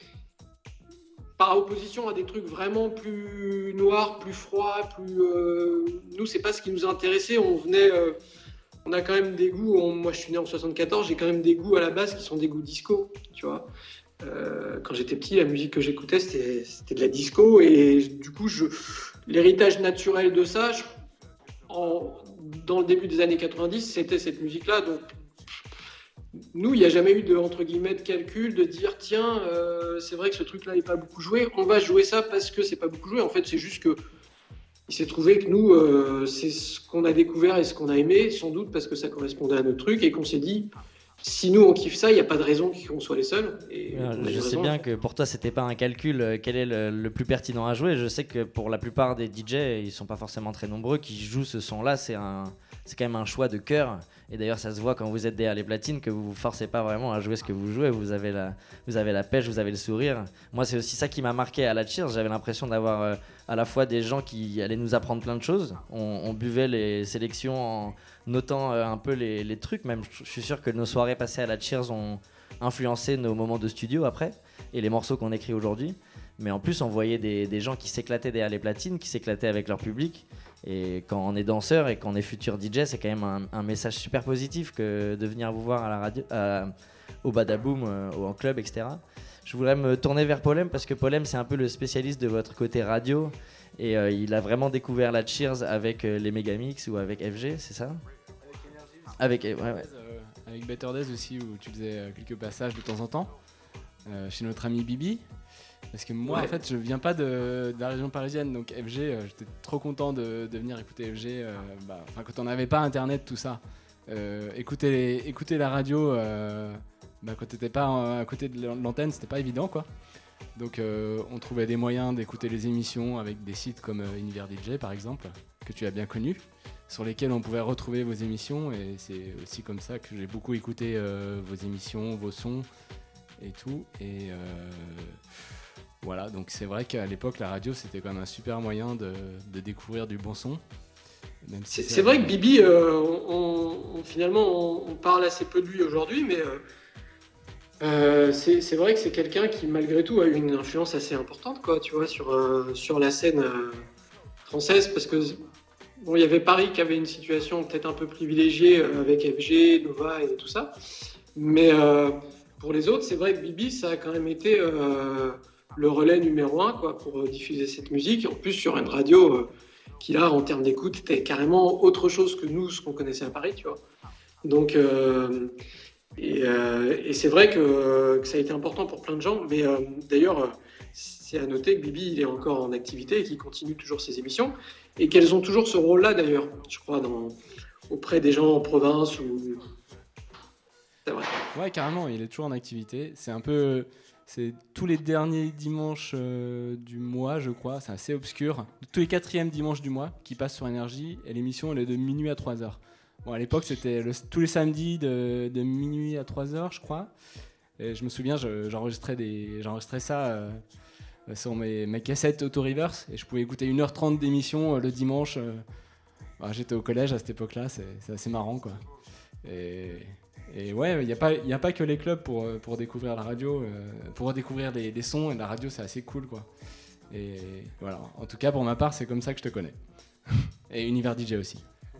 Speaker 9: par opposition à des trucs vraiment plus noirs, plus froids, plus. Euh, nous, c'est pas ce qui nous intéressait. On venait, euh, on a quand même des goûts. on- moi, je suis né en soixante-quatorze, j'ai quand même des goûts à la base qui sont des goûts disco, tu vois. Euh, quand j'étais petit, la musique que j'écoutais, c'était, c'était de la disco, et du coup, je, l'héritage naturel de ça, je- en- dans le début des années quatre-vingt-dix, c'était cette musique-là. Donc, nous, il n'y a jamais eu de, entre guillemets, de calcul, de dire, tiens, euh, c'est vrai que ce truc-là n'est pas beaucoup joué, on va jouer ça parce que c'est pas beaucoup joué. En fait, c'est juste que il s'est trouvé que nous, euh, c'est ce qu'on a découvert et ce qu'on a aimé, sans doute parce que ça correspondait à notre truc, et qu'on s'est dit, si nous on kiffe ça, il n'y a pas de raison qu'on soit les seuls. Et
Speaker 3: Euh,
Speaker 9: on a eu
Speaker 3: Je sais
Speaker 9: raison.
Speaker 3: bien que pour toi, c'était pas un calcul euh, quel est le, le plus pertinent à jouer. Je sais que pour la plupart des D J, ils sont pas forcément très nombreux, qui jouent ce son-là. C'est un, c'est quand même un choix de cœur. Et d'ailleurs, ça se voit quand vous êtes derrière les platines que vous vous forcez pas vraiment à jouer ce que vous jouez. Vous avez la, vous avez la pêche, vous avez le sourire. Moi, c'est aussi ça qui m'a marqué à la Cheers. J'avais l'impression d'avoir euh, à la fois des gens qui allaient nous apprendre plein de choses. On, on buvait les sélections en notant euh, un peu les, les trucs. Même, je suis sûr que nos soirées passées à la Cheers ont influencé nos moments de studio après et les morceaux qu'on écrit aujourd'hui. Mais en plus, on voyait des, des gens qui s'éclataient derrière les platines, qui s'éclataient avec leur public. Et quand on est danseur et quand on est futur D J, c'est quand même un, un message super positif que de venir vous voir à la radio, à- au Badaboom, euh, ou en club, et cetera. Je voudrais me tourner vers Polem parce que Polem, c'est un peu le spécialiste de votre côté radio. Et euh, il a vraiment découvert la Cheers avec euh, les Megamix ou avec F G, c'est ça? Avec, ouais, ouais.
Speaker 4: Euh, avec Better Days aussi, où tu faisais euh, quelques passages de temps en temps, euh, chez notre ami Bibi. Parce que moi,
Speaker 9: Ouais.
Speaker 4: en fait, je viens pas de, de la région parisienne, donc F G, euh, j'étais trop content de, de venir écouter F G. euh, bah, enfin, quand on n'avait pas internet, tout ça. Euh, écouter, les- écouter la radio, euh, bah, quand t'étais pas euh, à côté de l'antenne, c'était pas évident, quoi. Donc, euh, on trouvait des moyens d'écouter les émissions avec des sites comme euh, Univers D J, par exemple, que tu as bien connu, sur lesquels on pouvait retrouver vos émissions. Et c'est aussi comme ça que j'ai beaucoup écouté euh, vos émissions, vos sons et tout. Et euh, voilà, donc c'est vrai qu'à l'époque, la radio, c'était quand même un super moyen de, de découvrir du bon son. Même si
Speaker 9: C'est
Speaker 4: ça-
Speaker 9: c'est vrai que Bibi, euh, on, on- finalement, on, on parle assez peu de lui aujourd'hui, mais euh, euh, c'est c'est vrai que c'est quelqu'un qui, malgré tout, a eu une influence assez importante, quoi, tu vois, sur, euh, sur la scène euh, française, parce que bon, il y avait Paris qui avait une situation peut-être un peu privilégiée euh, avec F G, Nova et tout ça, mais euh, pour les autres, c'est vrai que Bibi, ça a quand même été euh, le relais numéro un, quoi, pour euh, diffuser cette musique, en plus sur une radio. Euh, qui là, en termes d'écoute, était carrément autre chose que nous, ce qu'on connaissait à Paris, tu vois. Donc, euh, et, euh, et c'est vrai que, que ça a été important pour plein de gens, mais euh, d'ailleurs, euh, c'est à noter que Bibi, il est encore en activité et qu'il continue toujours ses émissions, et qu'elles ont toujours ce rôle-là, d'ailleurs, je crois, dans, auprès des gens en province ou... C'est vrai.
Speaker 4: Ouais, carrément, il est toujours en activité. C'est un peu. C'est tous les derniers dimanches euh, du mois, je crois. C'est assez obscur. Tous les quatrièmes dimanches du mois qui passent sur Énergie. Et l'émission, elle est de minuit à trois heures. Bon, à l'époque, c'était le- tous les samedis de, de minuit à trois heures, je crois. Et je me souviens, je- j'enregistrais, des, j'enregistrais ça euh, sur mes, mes cassettes auto-reverse. Et je pouvais écouter une heure trente d'émission euh, le dimanche. euh. Bah, j'étais au collège à cette époque-là. C'est, c'est assez marrant, quoi. Et. Et ouais, il n'y a, pas- y a pas que les clubs pour, euh, pour découvrir la radio, euh, pour redécouvrir des, des sons, et la radio c'est assez cool, quoi. Et voilà, en tout cas pour ma part c'est comme ça que je te connais. Et Univers D J aussi.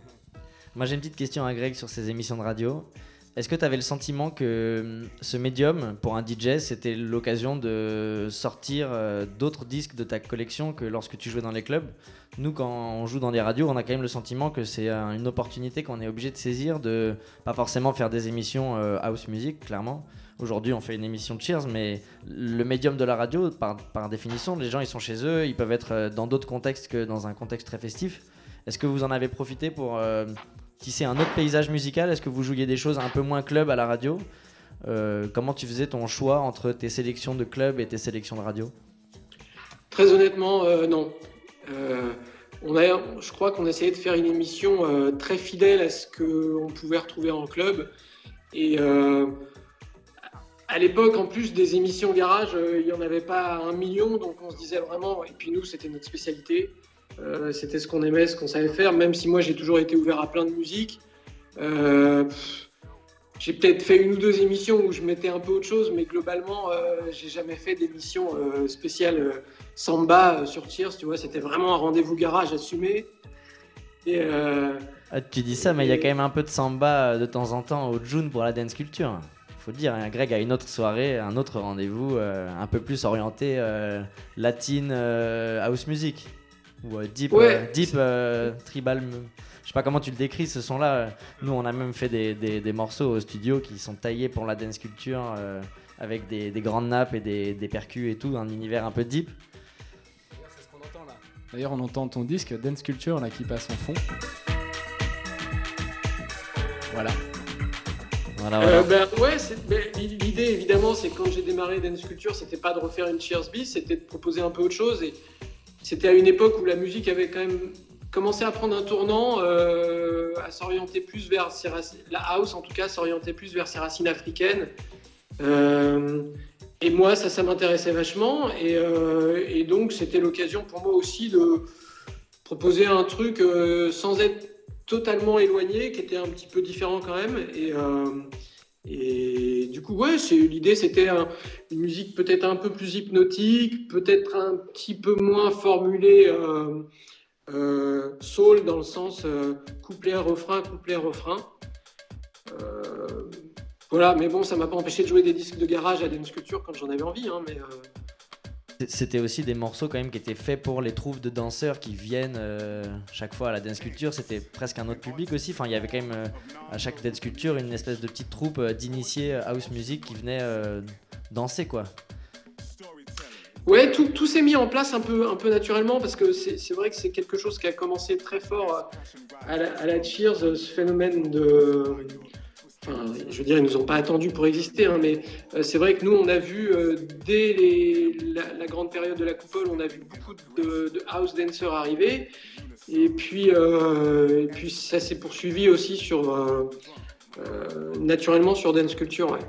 Speaker 3: Moi j'ai une petite question à Greg sur ces émissions de radio. Est-ce que tu avais le sentiment que hum, ce médium, pour un D J, c'était l'occasion de sortir euh, d'autres disques de ta collection que lorsque tu jouais dans les clubs? Nous, quand on joue dans des radios, on a quand même le sentiment que c'est euh, une opportunité qu'on est obligé de saisir, de pas forcément faire des émissions euh, house music, clairement. Aujourd'hui, on fait une émission de Cheers, mais le médium de la radio, par, par définition, les gens ils sont chez eux, ils peuvent être euh, dans d'autres contextes que dans un contexte très festif. Est-ce que vous en avez profité pour euh, tisser un autre paysage musical? Est-ce que vous jouiez des choses un peu moins club à la radio? Euh, comment tu faisais ton choix entre tes sélections de club et tes sélections de radio?
Speaker 9: Très honnêtement, euh, non. Euh, on a, je crois qu'on essayait de faire une émission euh, très fidèle à ce qu'on pouvait retrouver en club. Et euh, à l'époque, en plus des émissions garage, euh, il n'y en avait pas un million, donc on se disait vraiment, et puis nous, c'était notre spécialité. Euh, c'était ce qu'on aimait, ce qu'on savait faire, même si moi j'ai toujours été ouvert à plein de musique. Euh, pff, j'ai peut-être fait une ou deux émissions où je mettais un peu autre chose, mais globalement, euh, j'ai jamais fait d'émission euh, spéciale euh, samba euh, sur Cheers, tu vois, c'était vraiment un rendez-vous garage assumé. Et euh,
Speaker 3: Ah, tu dis ça, mais il y a quand même un peu de samba euh, de temps en temps au June pour la dance culture. Faut dire, hein, Greg a une autre soirée, un autre rendez-vous euh, un peu plus orienté euh, latine euh, house music. Ou euh, deep,
Speaker 9: Ouais.
Speaker 3: euh, deep euh, tribal. Je sais pas comment tu le décris ce son-là. Nous, on a même fait des, des, des morceaux au studio qui sont taillés pour la dance culture euh, avec des, des grandes nappes et des, des percus et tout, un univers un peu deep.
Speaker 4: C'est ce qu'on entend là. D'ailleurs, on entend ton disque Dance Culture là qui passe en fond. Voilà.
Speaker 3: Voilà, voilà.
Speaker 9: Euh, ben, ouais, c'est- ben, l'idée évidemment, c'est que quand j'ai démarré Dance Culture, c'était pas de refaire une Cheers Beat, c'était de proposer un peu autre chose. Et c'était à une époque où la musique avait quand même commencé à prendre un tournant, euh, à s'orienter plus vers ses racines, la house en tout cas, s'orienter plus vers ses racines africaines. Euh, et moi, ça, ça m'intéressait vachement. Et, euh, et donc, c'était l'occasion pour moi aussi de proposer un truc euh, sans être totalement éloigné, qui était un petit peu différent quand même. Et, euh, et du coup, ouais, c'est, l'idée c'était un- une musique peut-être un peu plus hypnotique, peut-être un petit peu moins formulée euh, euh, soul dans le sens euh, couplet-refrain, couplet-refrain. Euh, voilà, mais bon, ça m'a pas empêché de jouer des disques de garage à Dance Culture quand j'en avais envie, hein, mais... euh,
Speaker 3: C'était aussi des morceaux quand même qui étaient faits pour les troupes de danseurs qui viennent euh, chaque fois à la Dance Culture. C'était presque un autre public aussi. Enfin, il y avait quand même euh, à chaque Dance Culture une espèce de petite troupe euh, d'initiés house music qui venait euh, danser, quoi.
Speaker 9: Ouais, tout, tout s'est mis en place un peu, un peu naturellement parce que c'est, c'est vrai que c'est quelque chose qui a commencé très fort à la, à la Cheers, ce phénomène de... Enfin, je veux dire, ils nous ont pas attendus pour exister, hein, mais euh, c'est vrai que nous, on a vu, euh, dès les, la, la grande période de la coupole, on a vu beaucoup de, de house dancers arriver. Et puis, euh, et puis ça s'est poursuivi aussi sur, euh, euh, naturellement sur Dance Culture, ouais.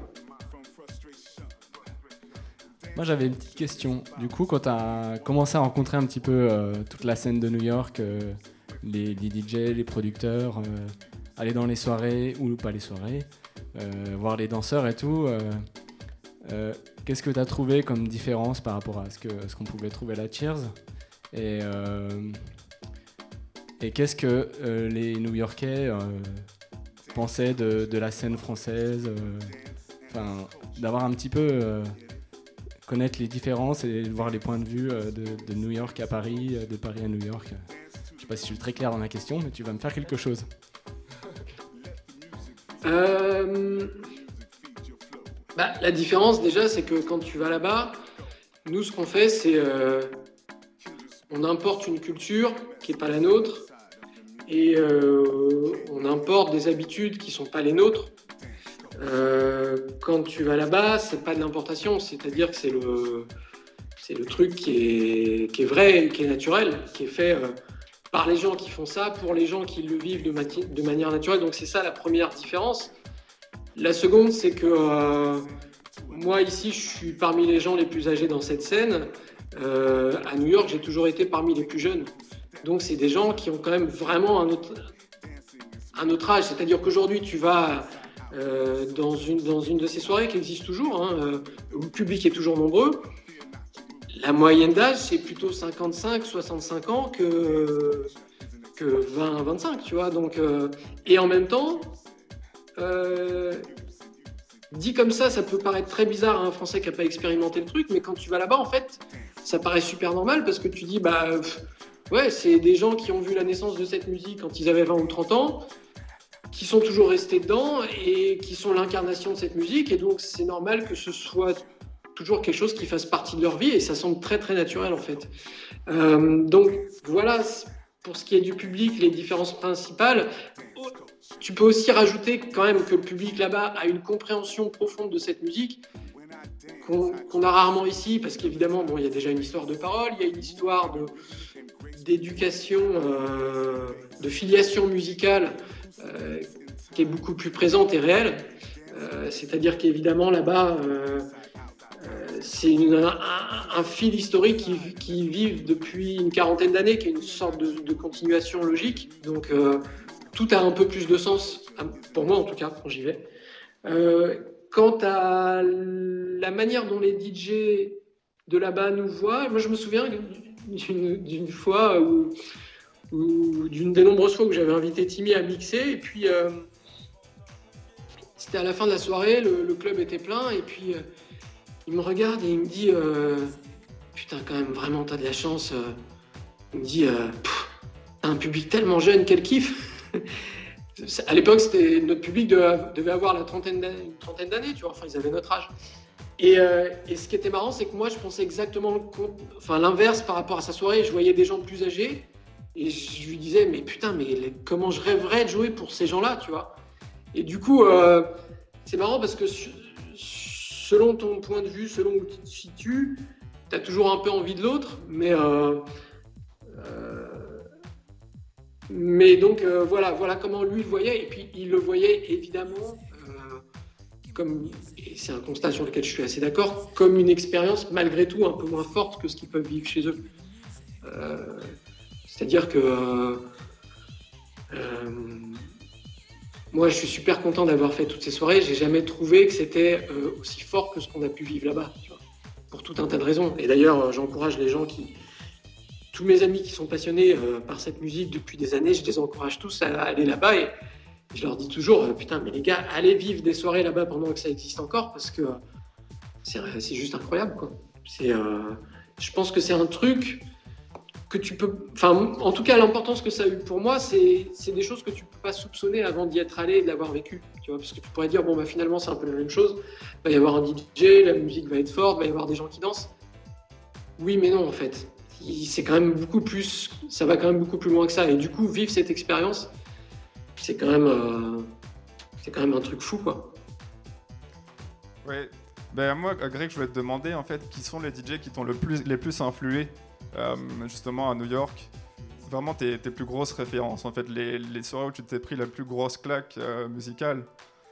Speaker 4: Moi j'avais une petite question. Du coup, quand tu as commencé à rencontrer un petit peu euh, toute la scène de New York, euh, les, les D J, les producteurs, euh, aller dans les soirées ou pas les soirées, euh, voir les danseurs et tout, euh, euh, qu'est-ce que tu as trouvé comme différence par rapport à ce, que, ce qu'on pouvait trouver à la Cheers? Et, euh, et qu'est-ce que euh, les New-Yorkais euh, pensaient de, de la scène française, euh, enfin, d'avoir un petit peu... Euh, connaître les différences et voir les points de vue euh, de, de New York à Paris, euh, de Paris à New York. Je sais pas si je suis très clair dans ma question, mais tu vas me faire quelque chose.
Speaker 9: Euh, bah, la différence déjà, c'est que quand tu vas là-bas, nous ce qu'on fait, c'est euh, on importe une culture qui n'est pas la nôtre et euh, on importe des habitudes qui sont pas les nôtres. Euh, quand tu vas là-bas, c'est pas de l'importation, c'est-à-dire que c'est le, c'est le truc qui est, qui est vrai, qui est naturel, qui est fait euh, par les gens qui font ça, pour les gens qui le vivent de, mati- de manière naturelle. Donc c'est ça la première différence. La seconde, c'est que euh, moi ici, je suis parmi les gens les plus âgés dans cette scène. Euh, à New York, j'ai toujours été parmi les plus jeunes. Donc c'est des gens qui ont quand même vraiment un autre, un autre âge. C'est-à-dire qu'aujourd'hui, tu vas... Euh, dans, une, dans une de ces soirées qui existe toujours, hein, euh, où le public est toujours nombreux, la moyenne d'âge c'est plutôt cinquante-cinq soixante-cinq ans que, que vingt vingt-cinq, tu vois. Donc, euh, et en même temps, euh, dit comme ça, ça peut paraître très bizarre à un Français qui n'a pas expérimenté le truc, mais quand tu vas là-bas, en fait, ça paraît super normal parce que tu dis, bah, pff, ouais, c'est des gens qui ont vu la naissance de cette musique quand ils avaient vingt ou trente ans, qui sont toujours restés dedans et qui sont l'incarnation de cette musique, et donc c'est normal que ce soit toujours quelque chose qui fasse partie de leur vie, et ça semble très très naturel en fait. Euh, donc voilà, pour ce qui est du public, les différences principales. Tu peux aussi rajouter quand même que le public là-bas a une compréhension profonde de cette musique qu'on, qu'on a rarement ici, parce qu'évidemment, bon, il y a déjà une histoire de parole, il y a une histoire de, d'éducation, euh, de filiation musicale, Euh, qui est beaucoup plus présente et réelle. Euh, c'est-à-dire qu'évidemment, là-bas, euh, euh, c'est une, un, un fil historique qui, qui vit depuis une quarantaine d'années, qui est une sorte de, de continuation logique. Donc, euh, tout a un peu plus de sens, pour moi en tout cas, quand j'y vais. Euh, quant à la manière dont les D J de là-bas nous voient, moi je me souviens d'une, d'une fois où ou d'une des nombreuses fois où j'avais invité Timmy à mixer, et puis euh, c'était à la fin de la soirée, le, le club était plein, et puis euh, il me regarde et il me dit euh, putain, quand même, vraiment, t'as de la chance. euh. Il me dit euh, t'as un public tellement jeune, quel kiff. À l'époque, c'était, notre public devait, devait avoir la trentaine d'années, une trentaine d'années, tu vois, enfin, ils avaient notre âge. Et, euh, et ce qui était marrant, c'est que moi, je pensais exactement le, enfin, l'inverse par rapport à sa soirée. Je voyais des gens plus âgés. Et je lui disais, mais putain, mais comment je rêverais de jouer pour ces gens-là, tu vois. Et du coup, euh, c'est marrant parce que su- selon ton point de vue, selon où tu te situes, tu as toujours un peu envie de l'autre, mais euh, euh, mais donc euh, voilà, voilà comment lui le voyait, et puis il le voyait évidemment euh, comme, et c'est un constat sur lequel je suis assez d'accord, comme une expérience malgré tout un peu moins forte que ce qu'ils peuvent vivre chez eux. Euh, c'est-à-dire que euh, euh, moi, je suis super content d'avoir fait toutes ces soirées. J'ai jamais trouvé que c'était euh, aussi fort que ce qu'on a pu vivre là-bas, tu vois, pour tout un tas de raisons. Et d'ailleurs, euh, j'encourage les gens qui, tous mes amis qui sont passionnés euh, par cette musique depuis des années, je les encourage tous à aller là-bas et je leur dis toujours, euh, putain, mais les gars, allez vivre des soirées là-bas pendant que ça existe encore parce que euh, c'est, c'est juste incroyable, quoi. C'est, euh, je pense que c'est un truc que tu peux, enfin, en tout cas, l'importance que ça a eu pour moi, c'est, c'est des choses que tu peux pas soupçonner avant d'y être allé et de l'avoir vécu, tu vois, parce que tu pourrais dire, bon, bah, finalement, c'est un peu la même chose, il va y avoir un D J, la musique va être forte, il va y avoir des gens qui dansent. Oui, mais non, en fait. C'est quand même beaucoup plus, ça va quand même beaucoup plus loin que ça, et du coup, vivre cette expérience, c'est quand même, euh, c'est quand même un truc fou, quoi.
Speaker 2: Ouais. Ben moi, Greg, je voulais te demander, en fait, qui sont les D J qui t'ont le plus, les plus influé, euh, justement, à New York. Vraiment, tes, tes plus grosses références, en fait, les, les soirées où tu t'es pris la plus grosse claque euh, musicale.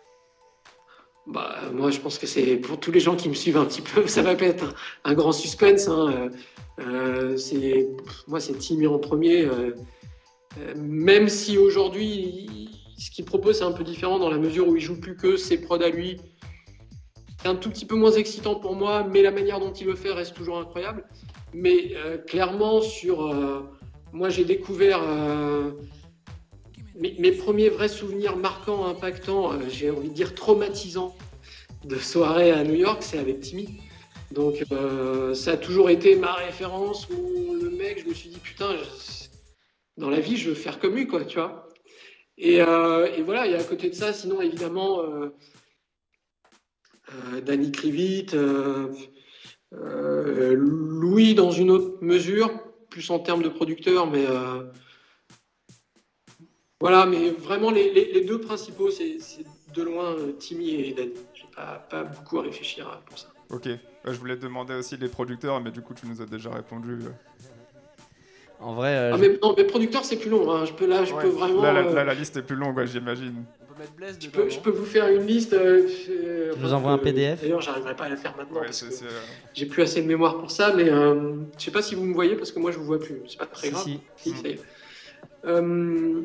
Speaker 9: Bah, moi, je pense que c'est pour tous les gens qui me suivent un petit peu, ça va pas être un, un grand suspense. Hein. Euh, euh, c'est, moi, c'est Timmy en premier. Euh, euh, même si aujourd'hui, il, ce qu'il propose, c'est un peu différent dans la mesure où il joue plus que ses prods à lui. C'est un tout petit peu moins excitant pour moi, mais la manière dont il le fait reste toujours incroyable. Mais euh, clairement, sur, euh, moi, j'ai découvert euh, mes, mes premiers vrais souvenirs marquants, impactants, euh, j'ai envie de dire traumatisants de soirée à New York, c'est avec Timmy. Donc, euh, ça a toujours été ma référence où le mec, je me suis dit, putain, je, dans la vie, je veux faire comme lui, quoi, tu vois. Et, euh, et voilà, et à côté de ça, sinon, évidemment, euh, euh, Danny Krivit, euh, euh, Louis dans une autre mesure, plus en termes de producteur, mais euh, voilà, mais vraiment les, les, les deux principaux, c'est, c'est de loin euh, Timmy et Danny. J'ai pas, pas beaucoup à réfléchir à- pour ça.
Speaker 2: Ok. Ouais, je voulais te demander aussi les producteurs, mais du coup, tu nous as déjà répondu. euh.
Speaker 3: En vrai, euh,
Speaker 9: Ah,
Speaker 3: je-
Speaker 9: mais, non, mais producteur, c'est plus long. Hein. Je peux, là, je
Speaker 2: Ouais.
Speaker 9: peux vraiment.
Speaker 2: Là, la,
Speaker 9: euh,
Speaker 2: là, la liste est plus longue, ouais, j'imagine.
Speaker 4: On peut mettre Blaise
Speaker 9: je,
Speaker 4: dedans,
Speaker 9: peux,
Speaker 4: non
Speaker 9: je peux vous faire une liste. Euh, euh,
Speaker 3: Je vous envoie un P D F.
Speaker 9: D'ailleurs, j'arriverai pas à la faire maintenant
Speaker 2: Ouais,
Speaker 9: parce
Speaker 2: c'est,
Speaker 9: que
Speaker 2: c'est, euh,
Speaker 9: j'ai plus assez de mémoire pour ça. Mais euh, je sais pas si vous me voyez parce que moi, je vous vois plus. C'est pas très
Speaker 3: Si,
Speaker 9: grave.
Speaker 3: si.
Speaker 9: Si, ça y est. Euh,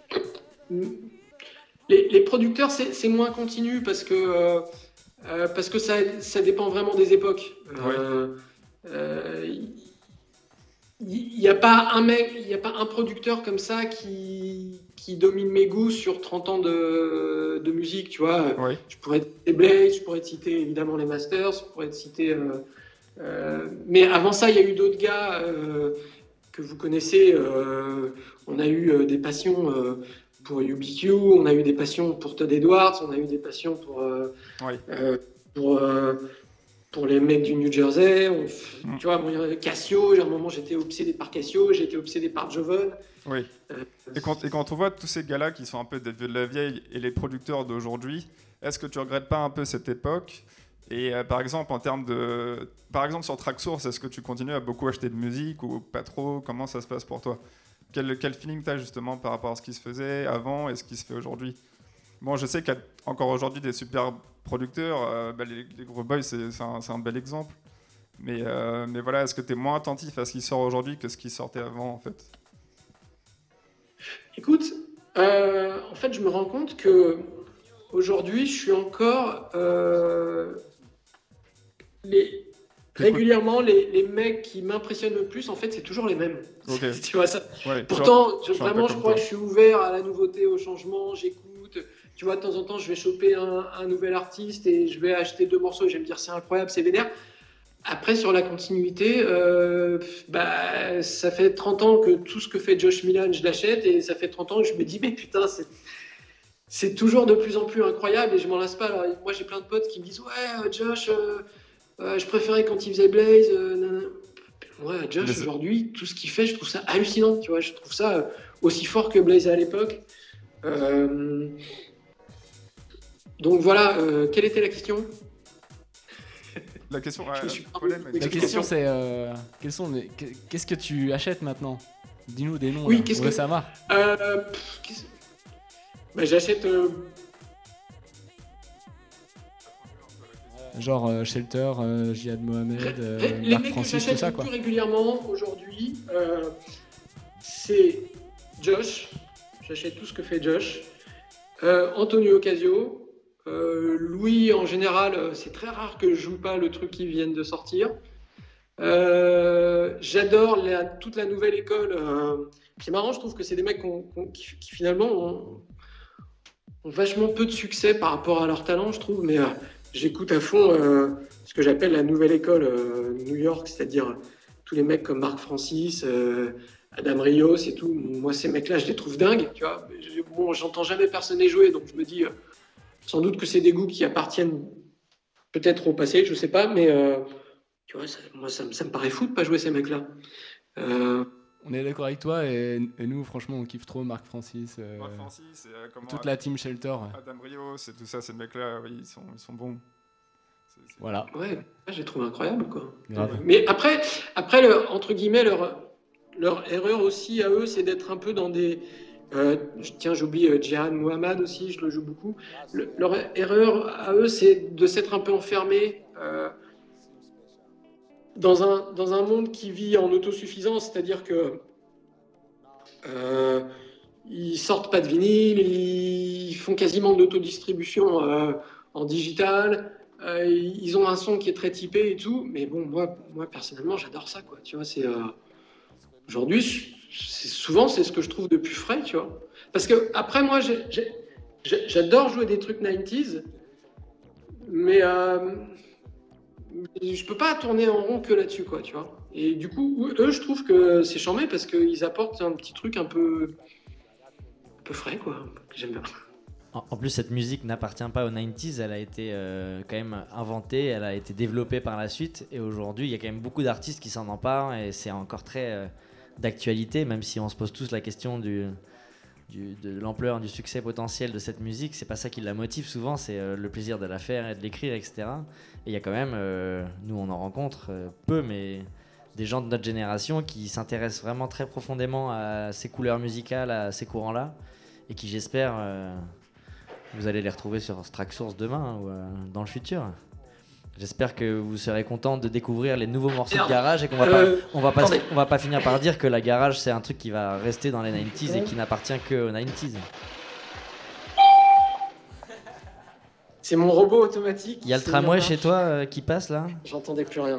Speaker 9: les, les producteurs, c'est, c'est moins continu parce que, euh, euh, parce que ça, ça dépend vraiment des époques. Euh, euh, Il n'y a pas un mec, il y a pas un producteur comme ça qui, qui domine mes goûts sur trente ans de, de musique, tu vois.
Speaker 2: ouais.
Speaker 9: Je pourrais te citer Blaze, je pourrais te citer évidemment les Masters, je pourrais te citer. Euh, euh, mais avant ça, il y a eu d'autres gars euh, que vous connaissez. Euh, on a eu euh, des passions euh, pour U B Q, on a eu des passions pour Todd Edwards, on a eu des passions pour, euh,
Speaker 2: Ouais.
Speaker 9: euh, pour, euh, pour les mecs du New Jersey. On, f-
Speaker 2: Mm.
Speaker 9: Tu vois, bon, il y a Casio, à un moment j'étais obsédé par Casio, j'ai été obsédé par Jovan.
Speaker 2: Oui.
Speaker 9: Euh,
Speaker 2: Et quand, et quand on voit tous ces gars-là qui sont un peu des vieux de la vieille et les producteurs d'aujourd'hui, est-ce que tu regrettes pas un peu cette époque ? Et euh, par exemple, en termes de, par exemple sur Tracksource, est-ce que tu continues à beaucoup acheter de musique ou pas trop ? Comment ça se passe pour toi ? Quel, quel feeling t'as justement par rapport à ce qui se faisait avant et ce qui se fait aujourd'hui ? Bon, je sais qu'il y a encore aujourd'hui des super producteurs. euh, bah, les, les Gros Boys, c'est, c'est, un, c'est un bel exemple. Mais, euh, mais voilà, est-ce que tu es moins attentif à ce qui sort aujourd'hui que ce qui sortait avant, en fait ?
Speaker 9: Écoute, euh, en fait, je me rends compte que aujourd'hui, je suis encore euh, les, régulièrement les, les mecs qui m'impressionnent le plus. En fait, c'est toujours les mêmes.
Speaker 2: Ok.
Speaker 9: Tu vois ça.
Speaker 2: Ouais,
Speaker 9: Pourtant, je-
Speaker 2: je suis un peu
Speaker 9: vraiment, je
Speaker 2: comme
Speaker 9: crois
Speaker 2: toi.
Speaker 9: que je suis ouvert à la nouveauté, au changement. J'écoute. Tu vois, de temps en temps, je vais choper un, un nouvel artiste et je vais acheter deux morceaux. Et je vais me dire, c'est incroyable, c'est vénère. Après, sur la continuité, euh, bah, ça fait trente ans que tout ce que fait Josh Milan, je l'achète, et ça fait trente ans que je me dis, mais putain, c'est, c'est toujours de plus en plus incroyable, et je m'en lasse pas. Alors, moi, j'ai plein de potes qui me disent, ouais, euh, Josh, euh, euh, je préférais quand il faisait Blaze. Euh, nanana. Ouais, Josh,
Speaker 2: Mais c'est-
Speaker 9: aujourd'hui, tout ce qu'il fait, je trouve ça hallucinant, tu vois, je trouve ça aussi fort que Blaze à l'époque. Euh, donc voilà, euh, quelle était la question?
Speaker 2: La question,
Speaker 9: Je
Speaker 2: euh,
Speaker 9: me suis pas
Speaker 2: Polem,
Speaker 9: rendu-
Speaker 2: elle
Speaker 4: La
Speaker 2: dit-
Speaker 4: question c'est euh, quels sont les- qu'est-ce que tu achètes maintenant? Dis-nous des noms.
Speaker 9: Oui,
Speaker 4: là.
Speaker 9: qu'est-ce
Speaker 4: On veut
Speaker 9: que-
Speaker 4: savoir.
Speaker 9: Euh, pff, qu'est-ce- bah, j'achète. euh,
Speaker 4: Genre euh, Shelter, euh, Jihad Mohamed, euh,
Speaker 9: Ré- les
Speaker 4: Marc
Speaker 9: mecs que
Speaker 4: Francis, tout
Speaker 9: j'achète
Speaker 4: ça
Speaker 9: le
Speaker 4: quoi.
Speaker 9: plus régulièrement aujourd'hui, euh, c'est Josh. J'achète tout ce que fait Josh. Euh, Antonio Ocasio. Euh, Louis, en général, euh, c'est très rare que je joue pas le truc qui viennent de sortir. Euh, J'adore la- toute la nouvelle école. euh, c'est marrant, je trouve que c'est des mecs qu'on- qu'on- qui, qui, finalement ont, ont vachement peu de succès par rapport à leur talent, je trouve. Mais euh, j'écoute à fond euh, ce que j'appelle la nouvelle école euh, New York, c'est-à-dire tous les mecs comme Marc Francis, euh, Adam Rios et tout. Moi, ces mecs-là, je les trouve dingues. Tu vois. Je- Bon, j'entends jamais personne les jouer, donc je me dis euh, sans doute que c'est des goûts qui appartiennent peut-être au passé, je sais pas, mais euh, tu vois, ça- moi, ça, me- ça me paraît fou de pas jouer ces mecs-là. Euh,
Speaker 4: On est d'accord avec toi et, et nous franchement on kiffe trop Marc Francis, euh,
Speaker 2: Marc Francis, et, euh, comment,
Speaker 4: toute la team Shelter.
Speaker 2: Adam Rios et tout ça, ces mecs-là, oui, ils sont, ils sont bons. C'est- c'est-
Speaker 4: Voilà.
Speaker 9: ouais, je les trouve incroyables, quoi.
Speaker 4: Grave.
Speaker 9: Mais après, après le- entre guillemets, leur, leur erreur aussi à eux, c'est d'être un peu dans des. euh, tiens, j'oublie euh, Djihan Mohamed aussi, je le joue beaucoup. Le- leur erreur à eux, c'est de s'être un peu enfermés euh, dans, un, dans un monde qui vit en autosuffisance, c'est-à-dire que euh, ils sortent pas de vinyle, ils font quasiment de l'autodistribution euh, en digital. Euh, ils ont un son qui est très typé et tout, mais bon, moi, moi personnellement, j'adore ça, quoi. Tu vois, c'est euh, aujourd'hui, c'est souvent c'est ce que je trouve de plus frais, tu vois. Parce que après, moi, j'ai- j'ai- j'ai- j'adore jouer des trucs quatre-vingt-dix, mais euh, je peux pas tourner en rond que là-dessus, quoi, tu vois. Et du coup, eux, je trouve que c'est charmé parce qu'ils apportent un petit truc un peu, un peu frais, quoi, que j'aime bien.
Speaker 3: En en plus, cette musique n'appartient pas aux quatre-vingt-dix, elle a été euh, quand même inventée, elle a été développée par la suite. Et aujourd'hui, il y a quand même beaucoup d'artistes qui s'en emparent et c'est encore très euh, d'actualité, même si on se pose tous la question du, du- de l'ampleur, du succès potentiel de cette musique. C'est pas ça qui la motive souvent, c'est euh, le plaisir de la faire et de l'écrire, et cetera. Et il y a quand même, euh, nous on en rencontre euh, peu, mais des gens de notre génération qui s'intéressent vraiment très profondément à ces couleurs musicales, à ces courants-là, et qui j'espère... euh, vous allez les retrouver sur Track Source demain ou euh, dans le futur. J'espère que vous serez content de découvrir les nouveaux morceaux de garage et qu'on va
Speaker 9: Euh,
Speaker 3: pas, on va pas,
Speaker 9: attendez.
Speaker 3: on va pas finir par dire que la garage c'est un truc qui va rester dans les quatre-vingt-dix et qui n'appartient que aux quatre-vingt-dix.
Speaker 9: C'est mon robot automatique.
Speaker 3: Il y a le
Speaker 9: C'est
Speaker 3: tramway
Speaker 9: bien.
Speaker 3: chez toi euh, qui passe là.
Speaker 9: J'entendais plus rien.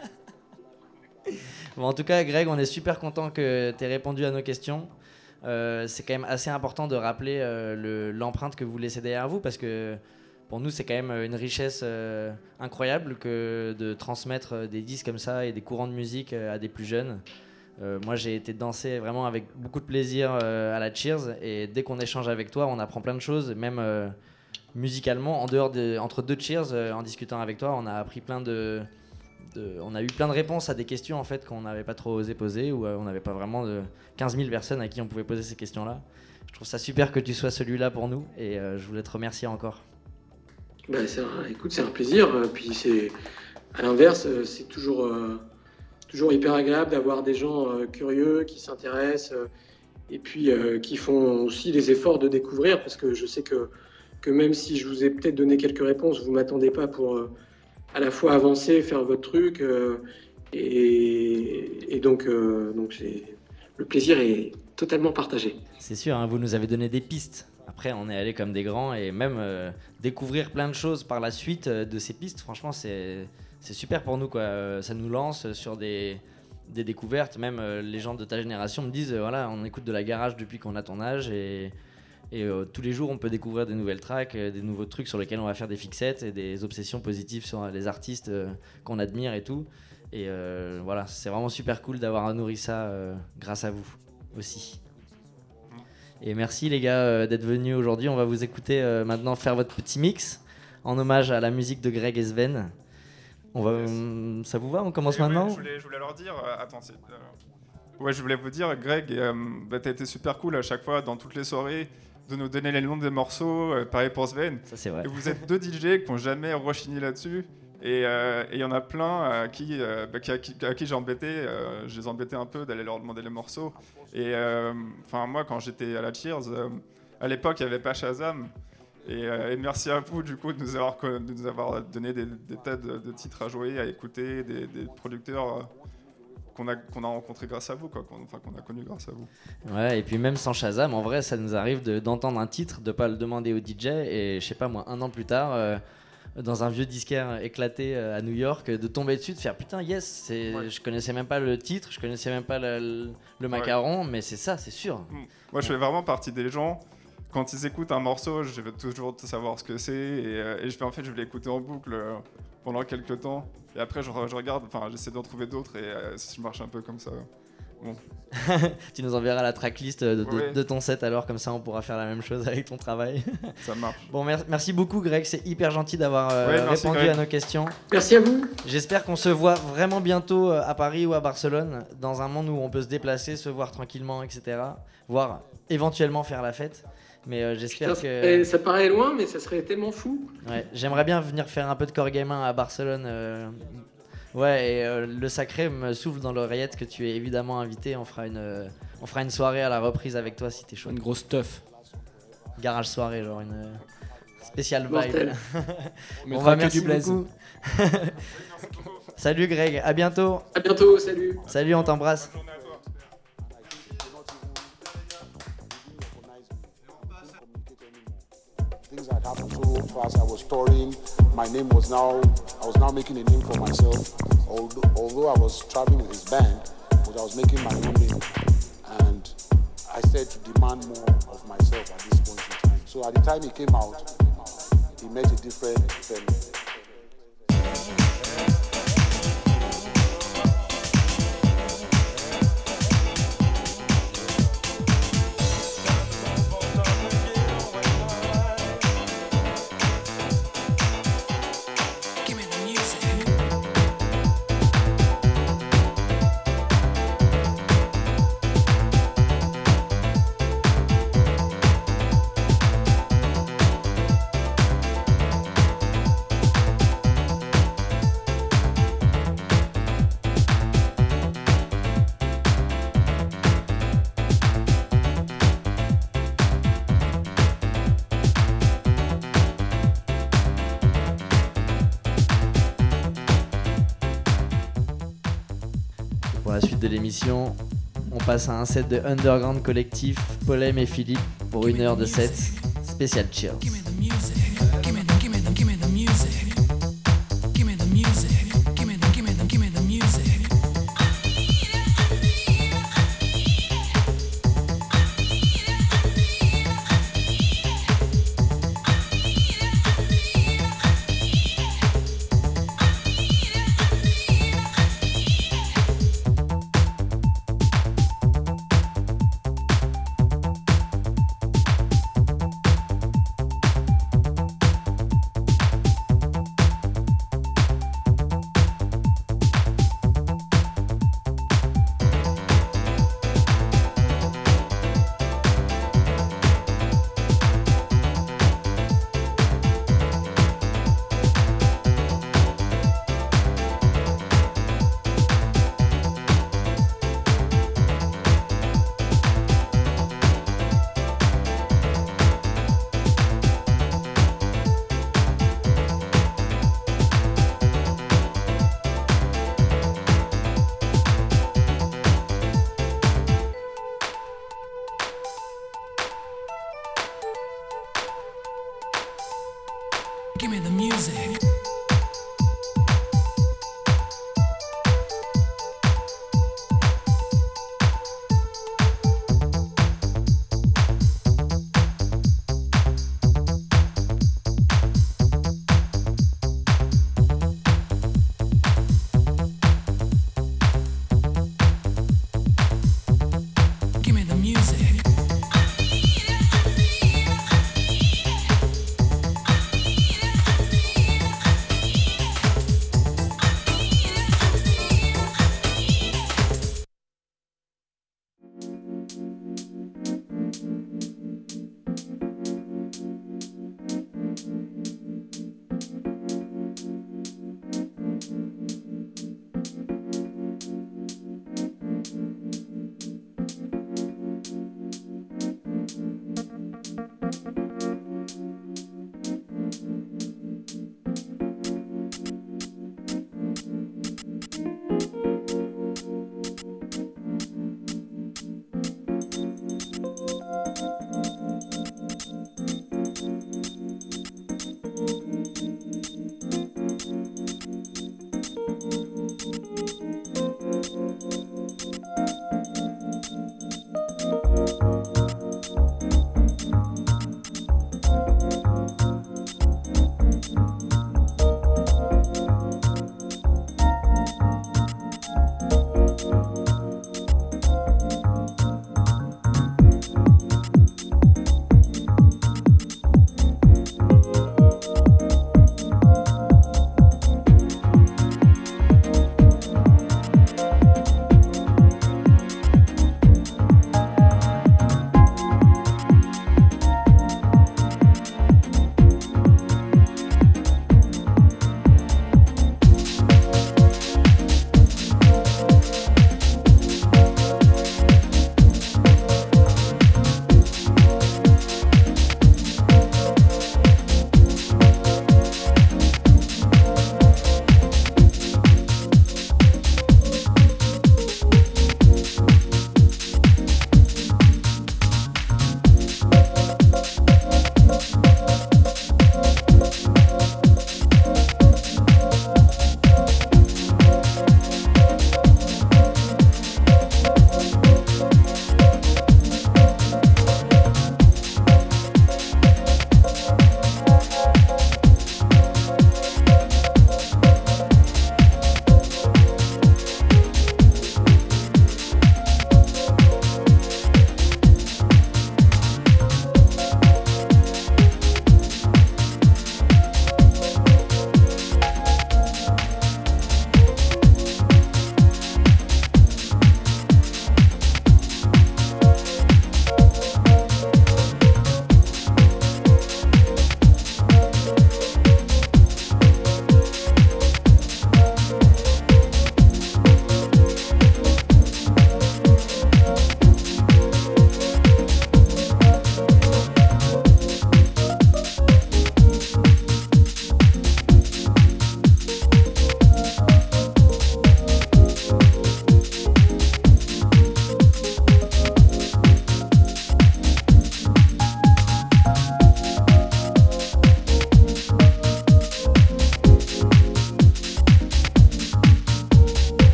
Speaker 3: Bon, en tout cas, Greg, on est super content que tu aies répondu à nos questions. Euh, c'est quand même assez important de rappeler euh, le- l'empreinte que vous laissez derrière vous parce que pour nous, c'est quand même une richesse euh, incroyable que de transmettre euh, des disques comme ça et des courants de musique euh, à des plus jeunes. Euh, moi, j'ai été danser vraiment avec beaucoup de plaisir euh, à la Cheers et dès qu'on échange avec toi, on apprend plein de choses, même euh, musicalement. En dehors de, entre deux Cheers, euh, en discutant avec toi, on a appris plein de, de- on a eu plein de réponses à des questions en fait qu'on n'avait pas trop osé poser ou euh, on n'avait pas vraiment de quinze mille personnes à qui on pouvait poser ces questions-là. Je trouve ça super que tu sois celui-là pour nous et euh, je voulais te remercier encore.
Speaker 9: Bah, c'est un- écoute, c'est un plaisir. euh, Puis c'est, à l'inverse, euh, c'est toujours, euh, toujours hyper agréable d'avoir des gens euh, curieux qui s'intéressent euh, et puis euh, qui font aussi les efforts de découvrir. Parce que je sais que, que même si je vous ai peut-être donné quelques réponses, vous m'attendez pas pour euh, à la fois avancer, faire votre truc. euh, et, et donc, euh, donc c'est, le plaisir est totalement partagé.
Speaker 3: C'est sûr, hein, vous nous avez donné des pistes. Après, on est allé comme des grands et même euh, découvrir plein de choses par la suite euh, de ces pistes, franchement, c'est c'est super pour nous, quoi. Euh, ça nous lance sur des, des découvertes. Même euh, les gens de ta génération me disent, euh, voilà, on écoute de la garage depuis qu'on a ton âge et, et euh, tous les jours, on peut découvrir des nouvelles tracks, euh, des nouveaux trucs sur lesquels on va faire des fixettes et des obsessions positives sur euh, les artistes euh, qu'on admire et tout. Et euh, voilà, c'est vraiment super cool d'avoir nourri ça euh, grâce à vous aussi. Et merci les gars euh, d'être venus aujourd'hui. On va vous écouter euh, maintenant faire votre petit mix en hommage à la musique de Greg et Sven. On va,
Speaker 2: Yes.
Speaker 3: hum, ça vous va? On commence
Speaker 2: Et ouais,
Speaker 3: maintenant?
Speaker 2: je, voulais, je voulais leur dire, euh, attends, c'est, euh, ouais, je voulais vous dire, Greg, euh, bah, t'as été super cool à chaque fois dans toutes les soirées. de nous donner les noms des morceaux. euh, pareil pour Sven.
Speaker 3: Ça, c'est vrai.
Speaker 2: Et vous êtes deux D J qui n'ont jamais rechigné là-dessus. Et euh, et il y en a plein à qui, euh, bah, qui, à qui, à qui j'ai embêté. euh, je les embêtais un peu d'aller leur demander les morceaux. Et euh, enfin, moi, quand j'étais à la Cheers, euh, à l'époque, il n'y avait pas Shazam. Et, euh, et merci à vous, du coup, de nous avoir, co- de nous avoir donné des, des tas de, de titres à jouer, à écouter, des, des producteurs. euh, qu'on a, qu'on a rencontré grâce à vous, quoi, qu'on, enfin qu'on a connu grâce à vous.
Speaker 3: Ouais, et puis même sans Shazam, en vrai, ça nous arrive de- d'entendre un titre, de pas le demander au D J, et je sais pas moi, un an plus tard, euh, dans un vieux disquaire éclaté euh, à New York, de tomber dessus, de faire putain, yes, c'est,
Speaker 2: Ouais.
Speaker 3: je connaissais même pas le titre, je connaissais même pas le, le- le macaron, mais c'est ça, c'est sûr.
Speaker 2: Moi, je fais vraiment partie des gens, quand ils écoutent un morceau, je veux toujours savoir ce que c'est, et, euh, et je vais, en fait, je vais l'écouter en boucle euh, pendant quelques temps, et après, je, re- je regarde, enfin, j'essaie d'en trouver d'autres, et euh, je marche un peu comme ça. Bon.
Speaker 3: Tu nous enverras la tracklist de, de-
Speaker 2: Ouais.
Speaker 3: de ton set alors, comme ça on pourra faire la même chose avec ton travail.
Speaker 2: Ça marche.
Speaker 3: Bon, mer- merci beaucoup Greg, c'est hyper gentil d'avoir euh,
Speaker 2: Ouais, merci,
Speaker 3: répondu
Speaker 2: Greg.
Speaker 3: à nos questions.
Speaker 9: Merci à vous.
Speaker 3: J'espère qu'on se voit vraiment bientôt euh, à Paris ou à Barcelone, dans un monde où on peut se déplacer, se voir tranquillement, et cetera. Voire éventuellement faire la fête. Mais euh, j'espère
Speaker 9: Putain, ça,
Speaker 3: que...
Speaker 9: paraît- ça paraît loin, mais ça serait tellement fou.
Speaker 3: Ouais, j'aimerais bien venir faire un peu de core gamin à Barcelone. euh, Ouais, et euh, le sacré me souffle dans l'oreillette que tu es évidemment invité. On fera une, euh, on fera une soirée à la reprise avec toi si t'es chaud.
Speaker 4: Une grosse teuf.
Speaker 3: Garage soirée, genre une euh, spéciale vibe.
Speaker 9: Mortel.
Speaker 4: On
Speaker 3: Bon,
Speaker 4: mettra
Speaker 3: bah,
Speaker 4: que
Speaker 3: merci
Speaker 4: du blaze.
Speaker 3: beaucoup. Salut Greg, à bientôt.
Speaker 9: À bientôt, salut.
Speaker 3: Salut, on t'embrasse.
Speaker 10: Things had happened so fast. I was touring. My name was now, I was now making a name for myself. Although, although I was traveling with his band, but I was making my own name. And I said to demand more of myself at this point in time. So at the time he came out, he met a different fellow.
Speaker 3: Pour la suite de l'émission, on passe à un set de Underground Collectif, Polem et Philippe, pour une heure de set spécial Cheers.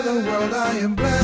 Speaker 11: the world I am blessed.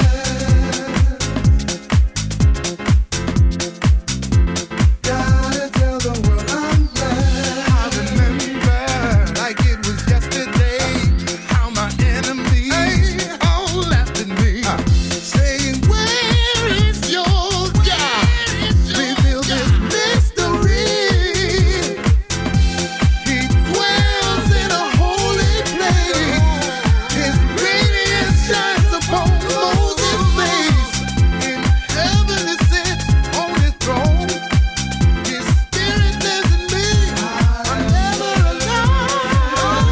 Speaker 11: Gotta tell the world I'm blessed. I remember like it was yesterday how my enemies all laughed at me, saying, "Where is your God? Reveal this mystery. He dwells in a holy place. His radiance shines upon Moses' face. In heaven he sits on his throne. His spirit lives in me. I'm never alone."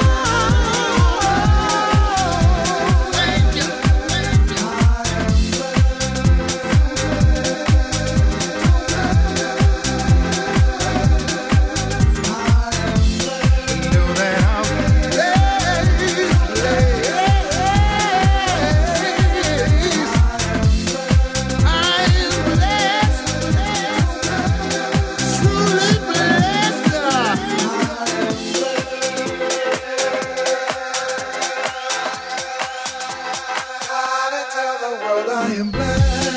Speaker 11: Thank you. Know that I'm blessed, blessed. I am blessed, truly blessed. Gotta tell the world I am blessed.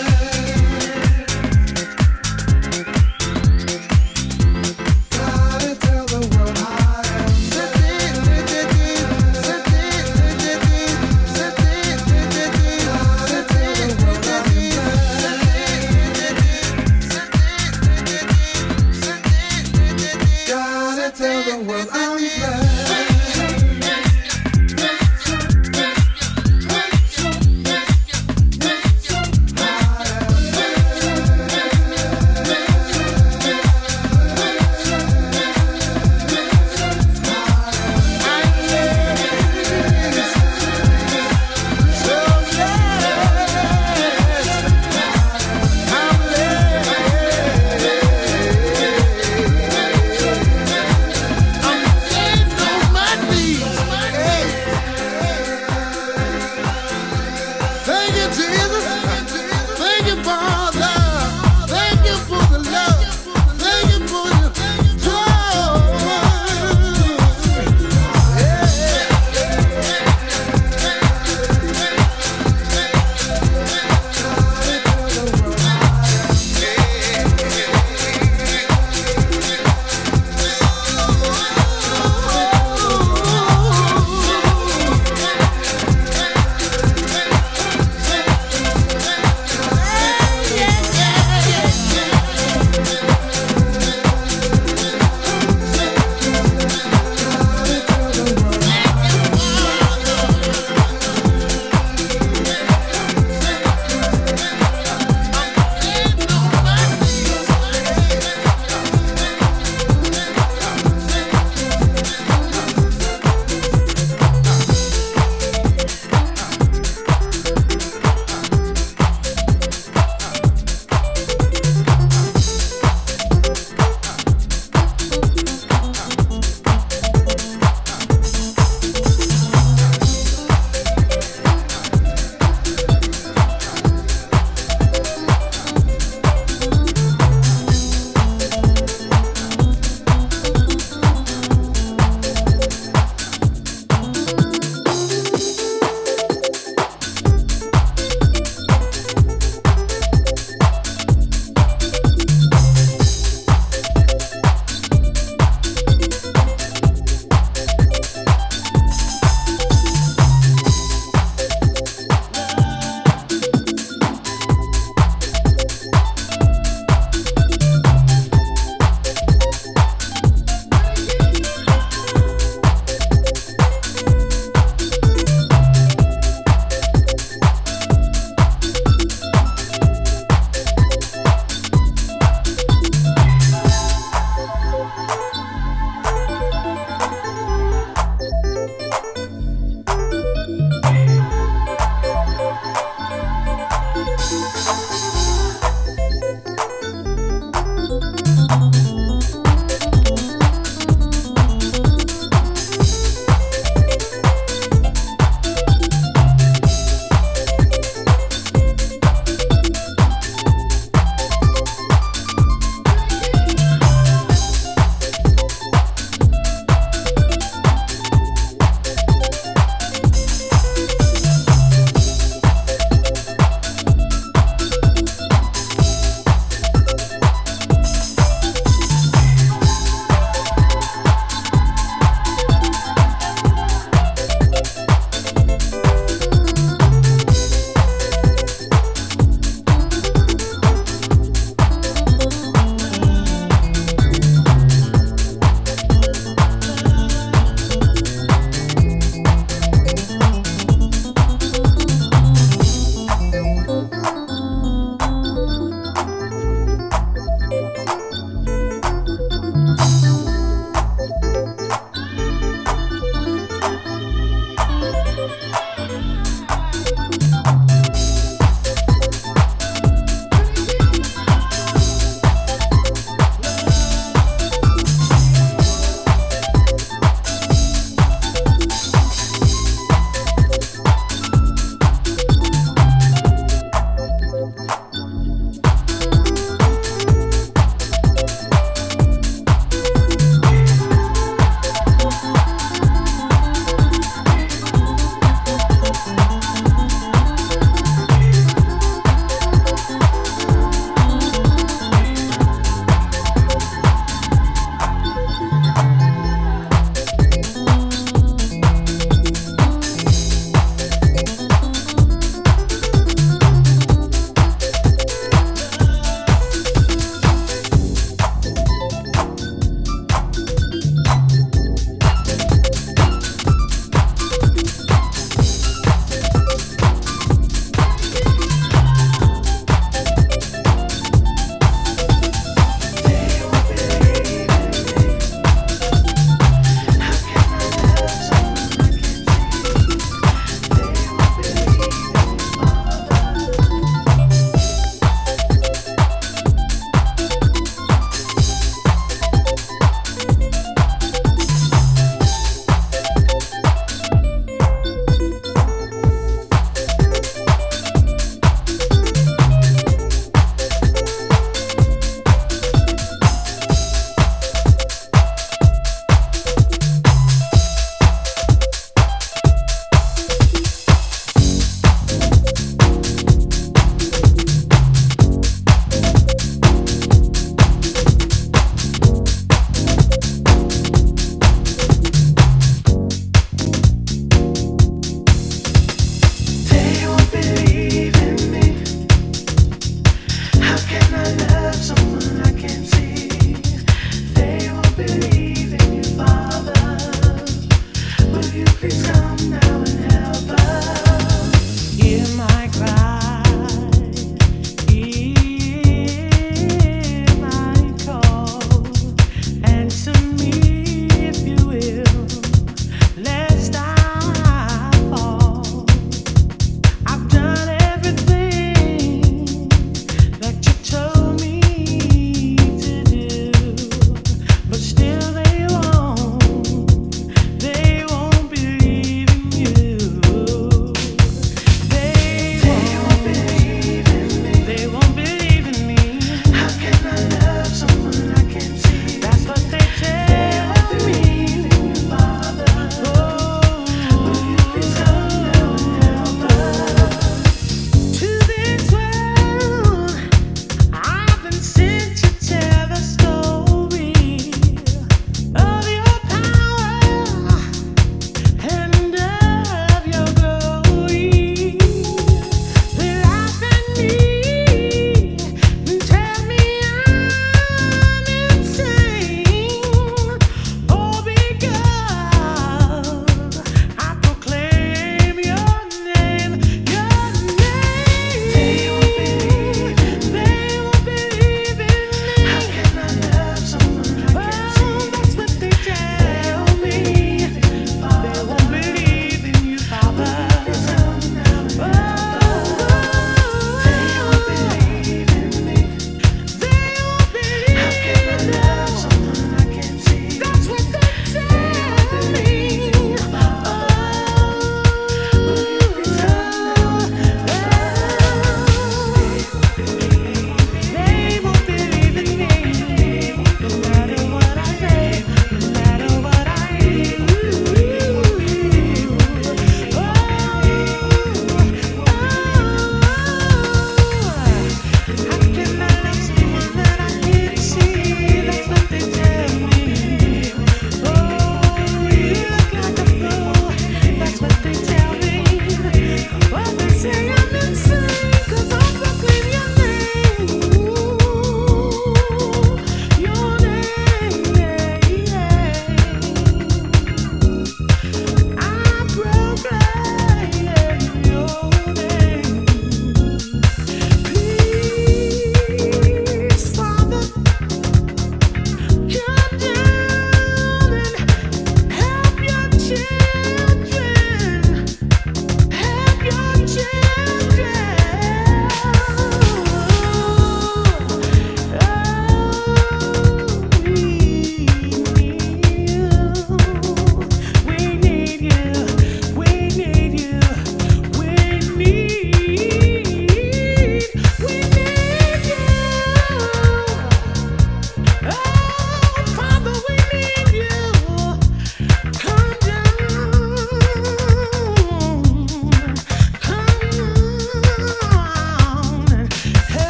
Speaker 11: Gotta tell the world I am Gotta tell the world I'm blessed. Thank you, Jesus. Thank you, Father. Thank you for the love. Thank you for your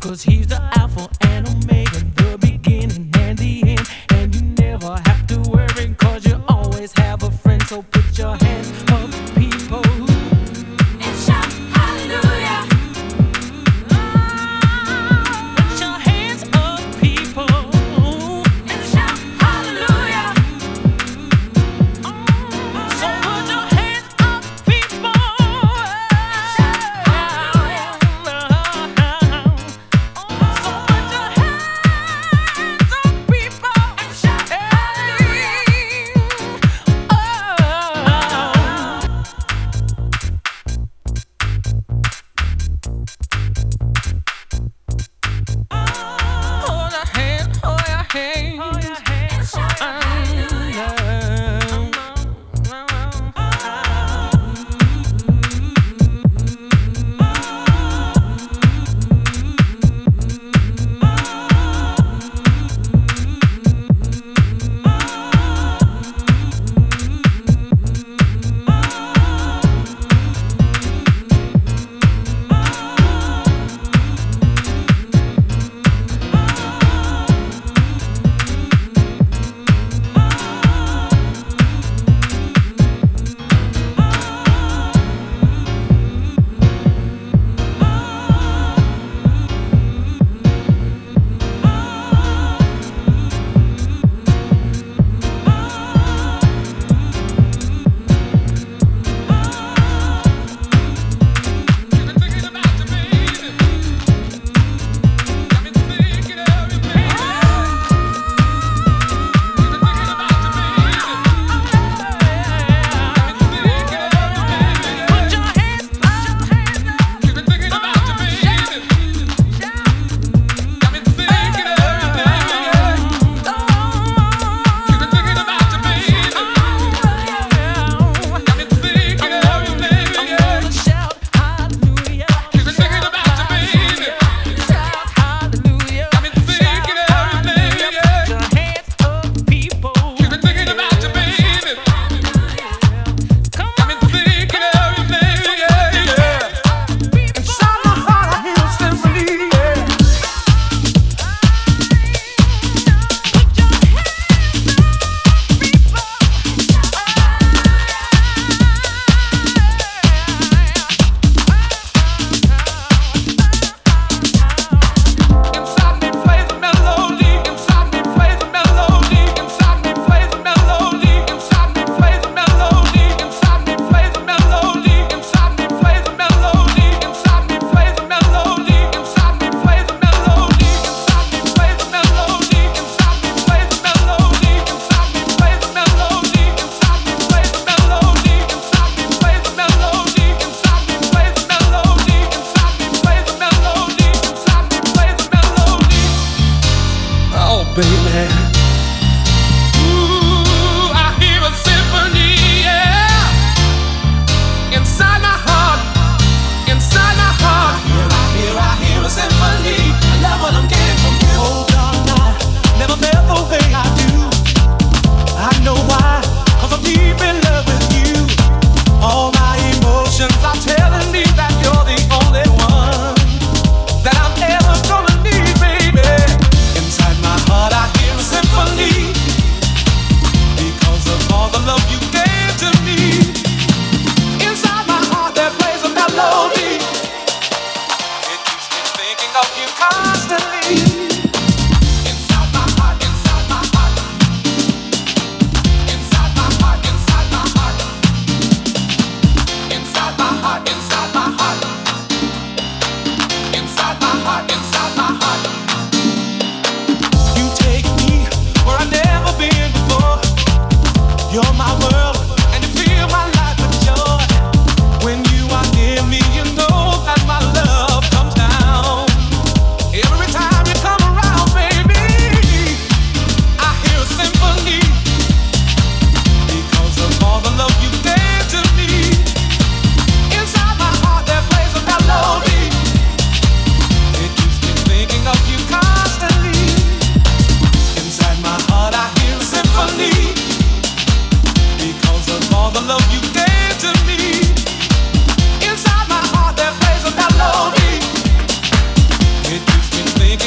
Speaker 7: 'Cause he's the Alpha and Omega, the beginning and the end. And you never have to worry, 'cause you always have a friend. So put your hands up, people, and shout hallelujah. Put your hands up, people, and shout hallelujah. So put your hands up, people, shout hallelujah. So put your hands up, people, and shout hallelujah. Hold your hand, hold your hand, hold your hand, and shout hallelujah. You're my world, and you fill my life with joy. When you are near me, you know that my love comes down. Every time you come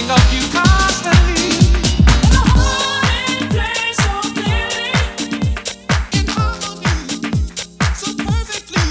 Speaker 7: think of you constantly. The heart it plays so clearly, in harmony, so perfectly.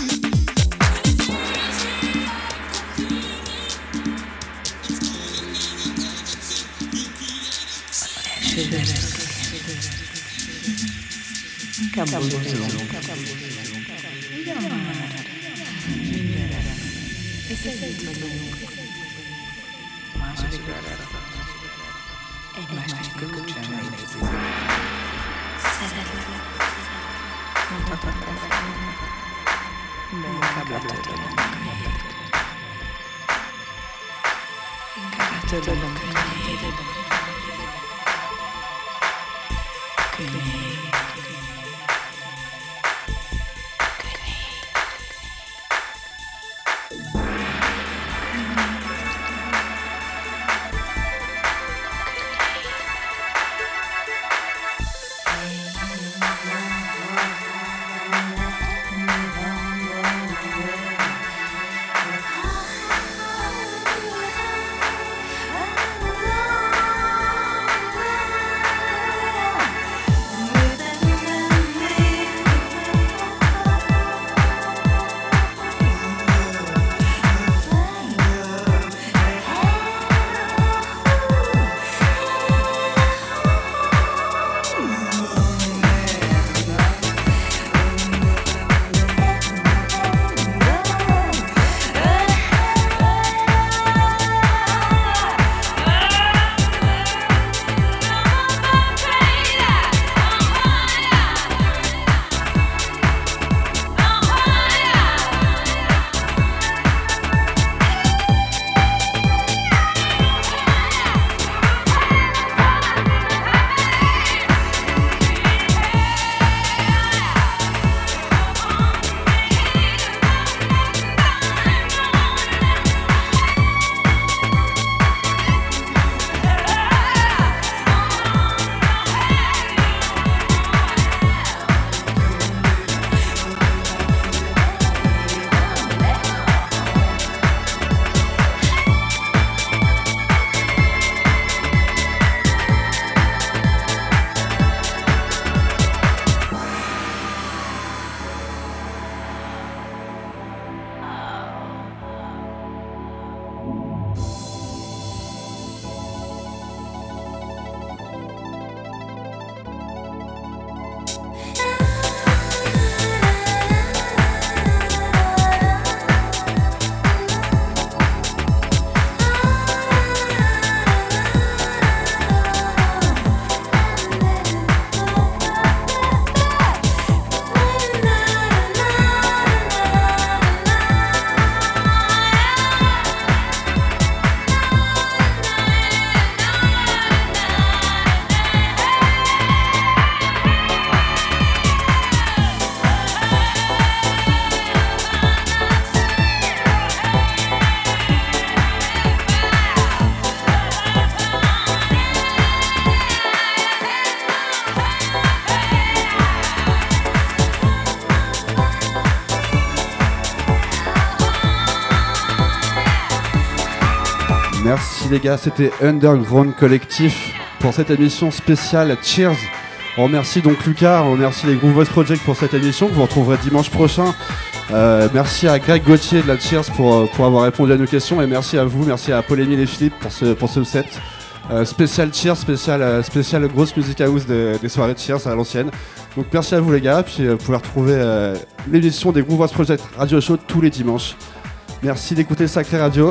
Speaker 1: Merci les gars, c'était Underground Collectif pour cette émission spéciale Cheers. On remercie donc Lucas, on remercie les Groove Voice Project pour cette émission que vous retrouverez dimanche prochain. Euh, merci à Greg Gauthier de la Cheers pour, pour avoir répondu à nos questions et merci à vous, merci à Paul-Émile et Philippe pour ce, pour ce set. Euh, spécial Cheers, spécial, euh, spécial grosse music house de, des soirées de Cheers à l'ancienne. Donc merci à vous les gars, puis euh, vous pouvez retrouver euh, l'émission des Groove Voice Project Radio Show tous les dimanches. Merci d'écouter Sacré Radio.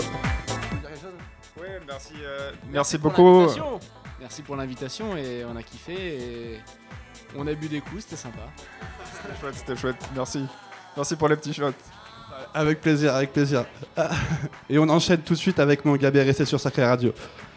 Speaker 2: Ouais, merci, euh, merci,
Speaker 4: Merci
Speaker 2: beaucoup.
Speaker 4: Pour l'invitation. Merci pour l'invitation et on a kiffé et on a bu des coups, c'était sympa.
Speaker 2: C'était chouette, c'était chouette, merci. Merci pour les petits shots.
Speaker 1: Avec plaisir, avec plaisir. Et on enchaîne tout de suite avec mon Gabé resté sur Sacré Radio.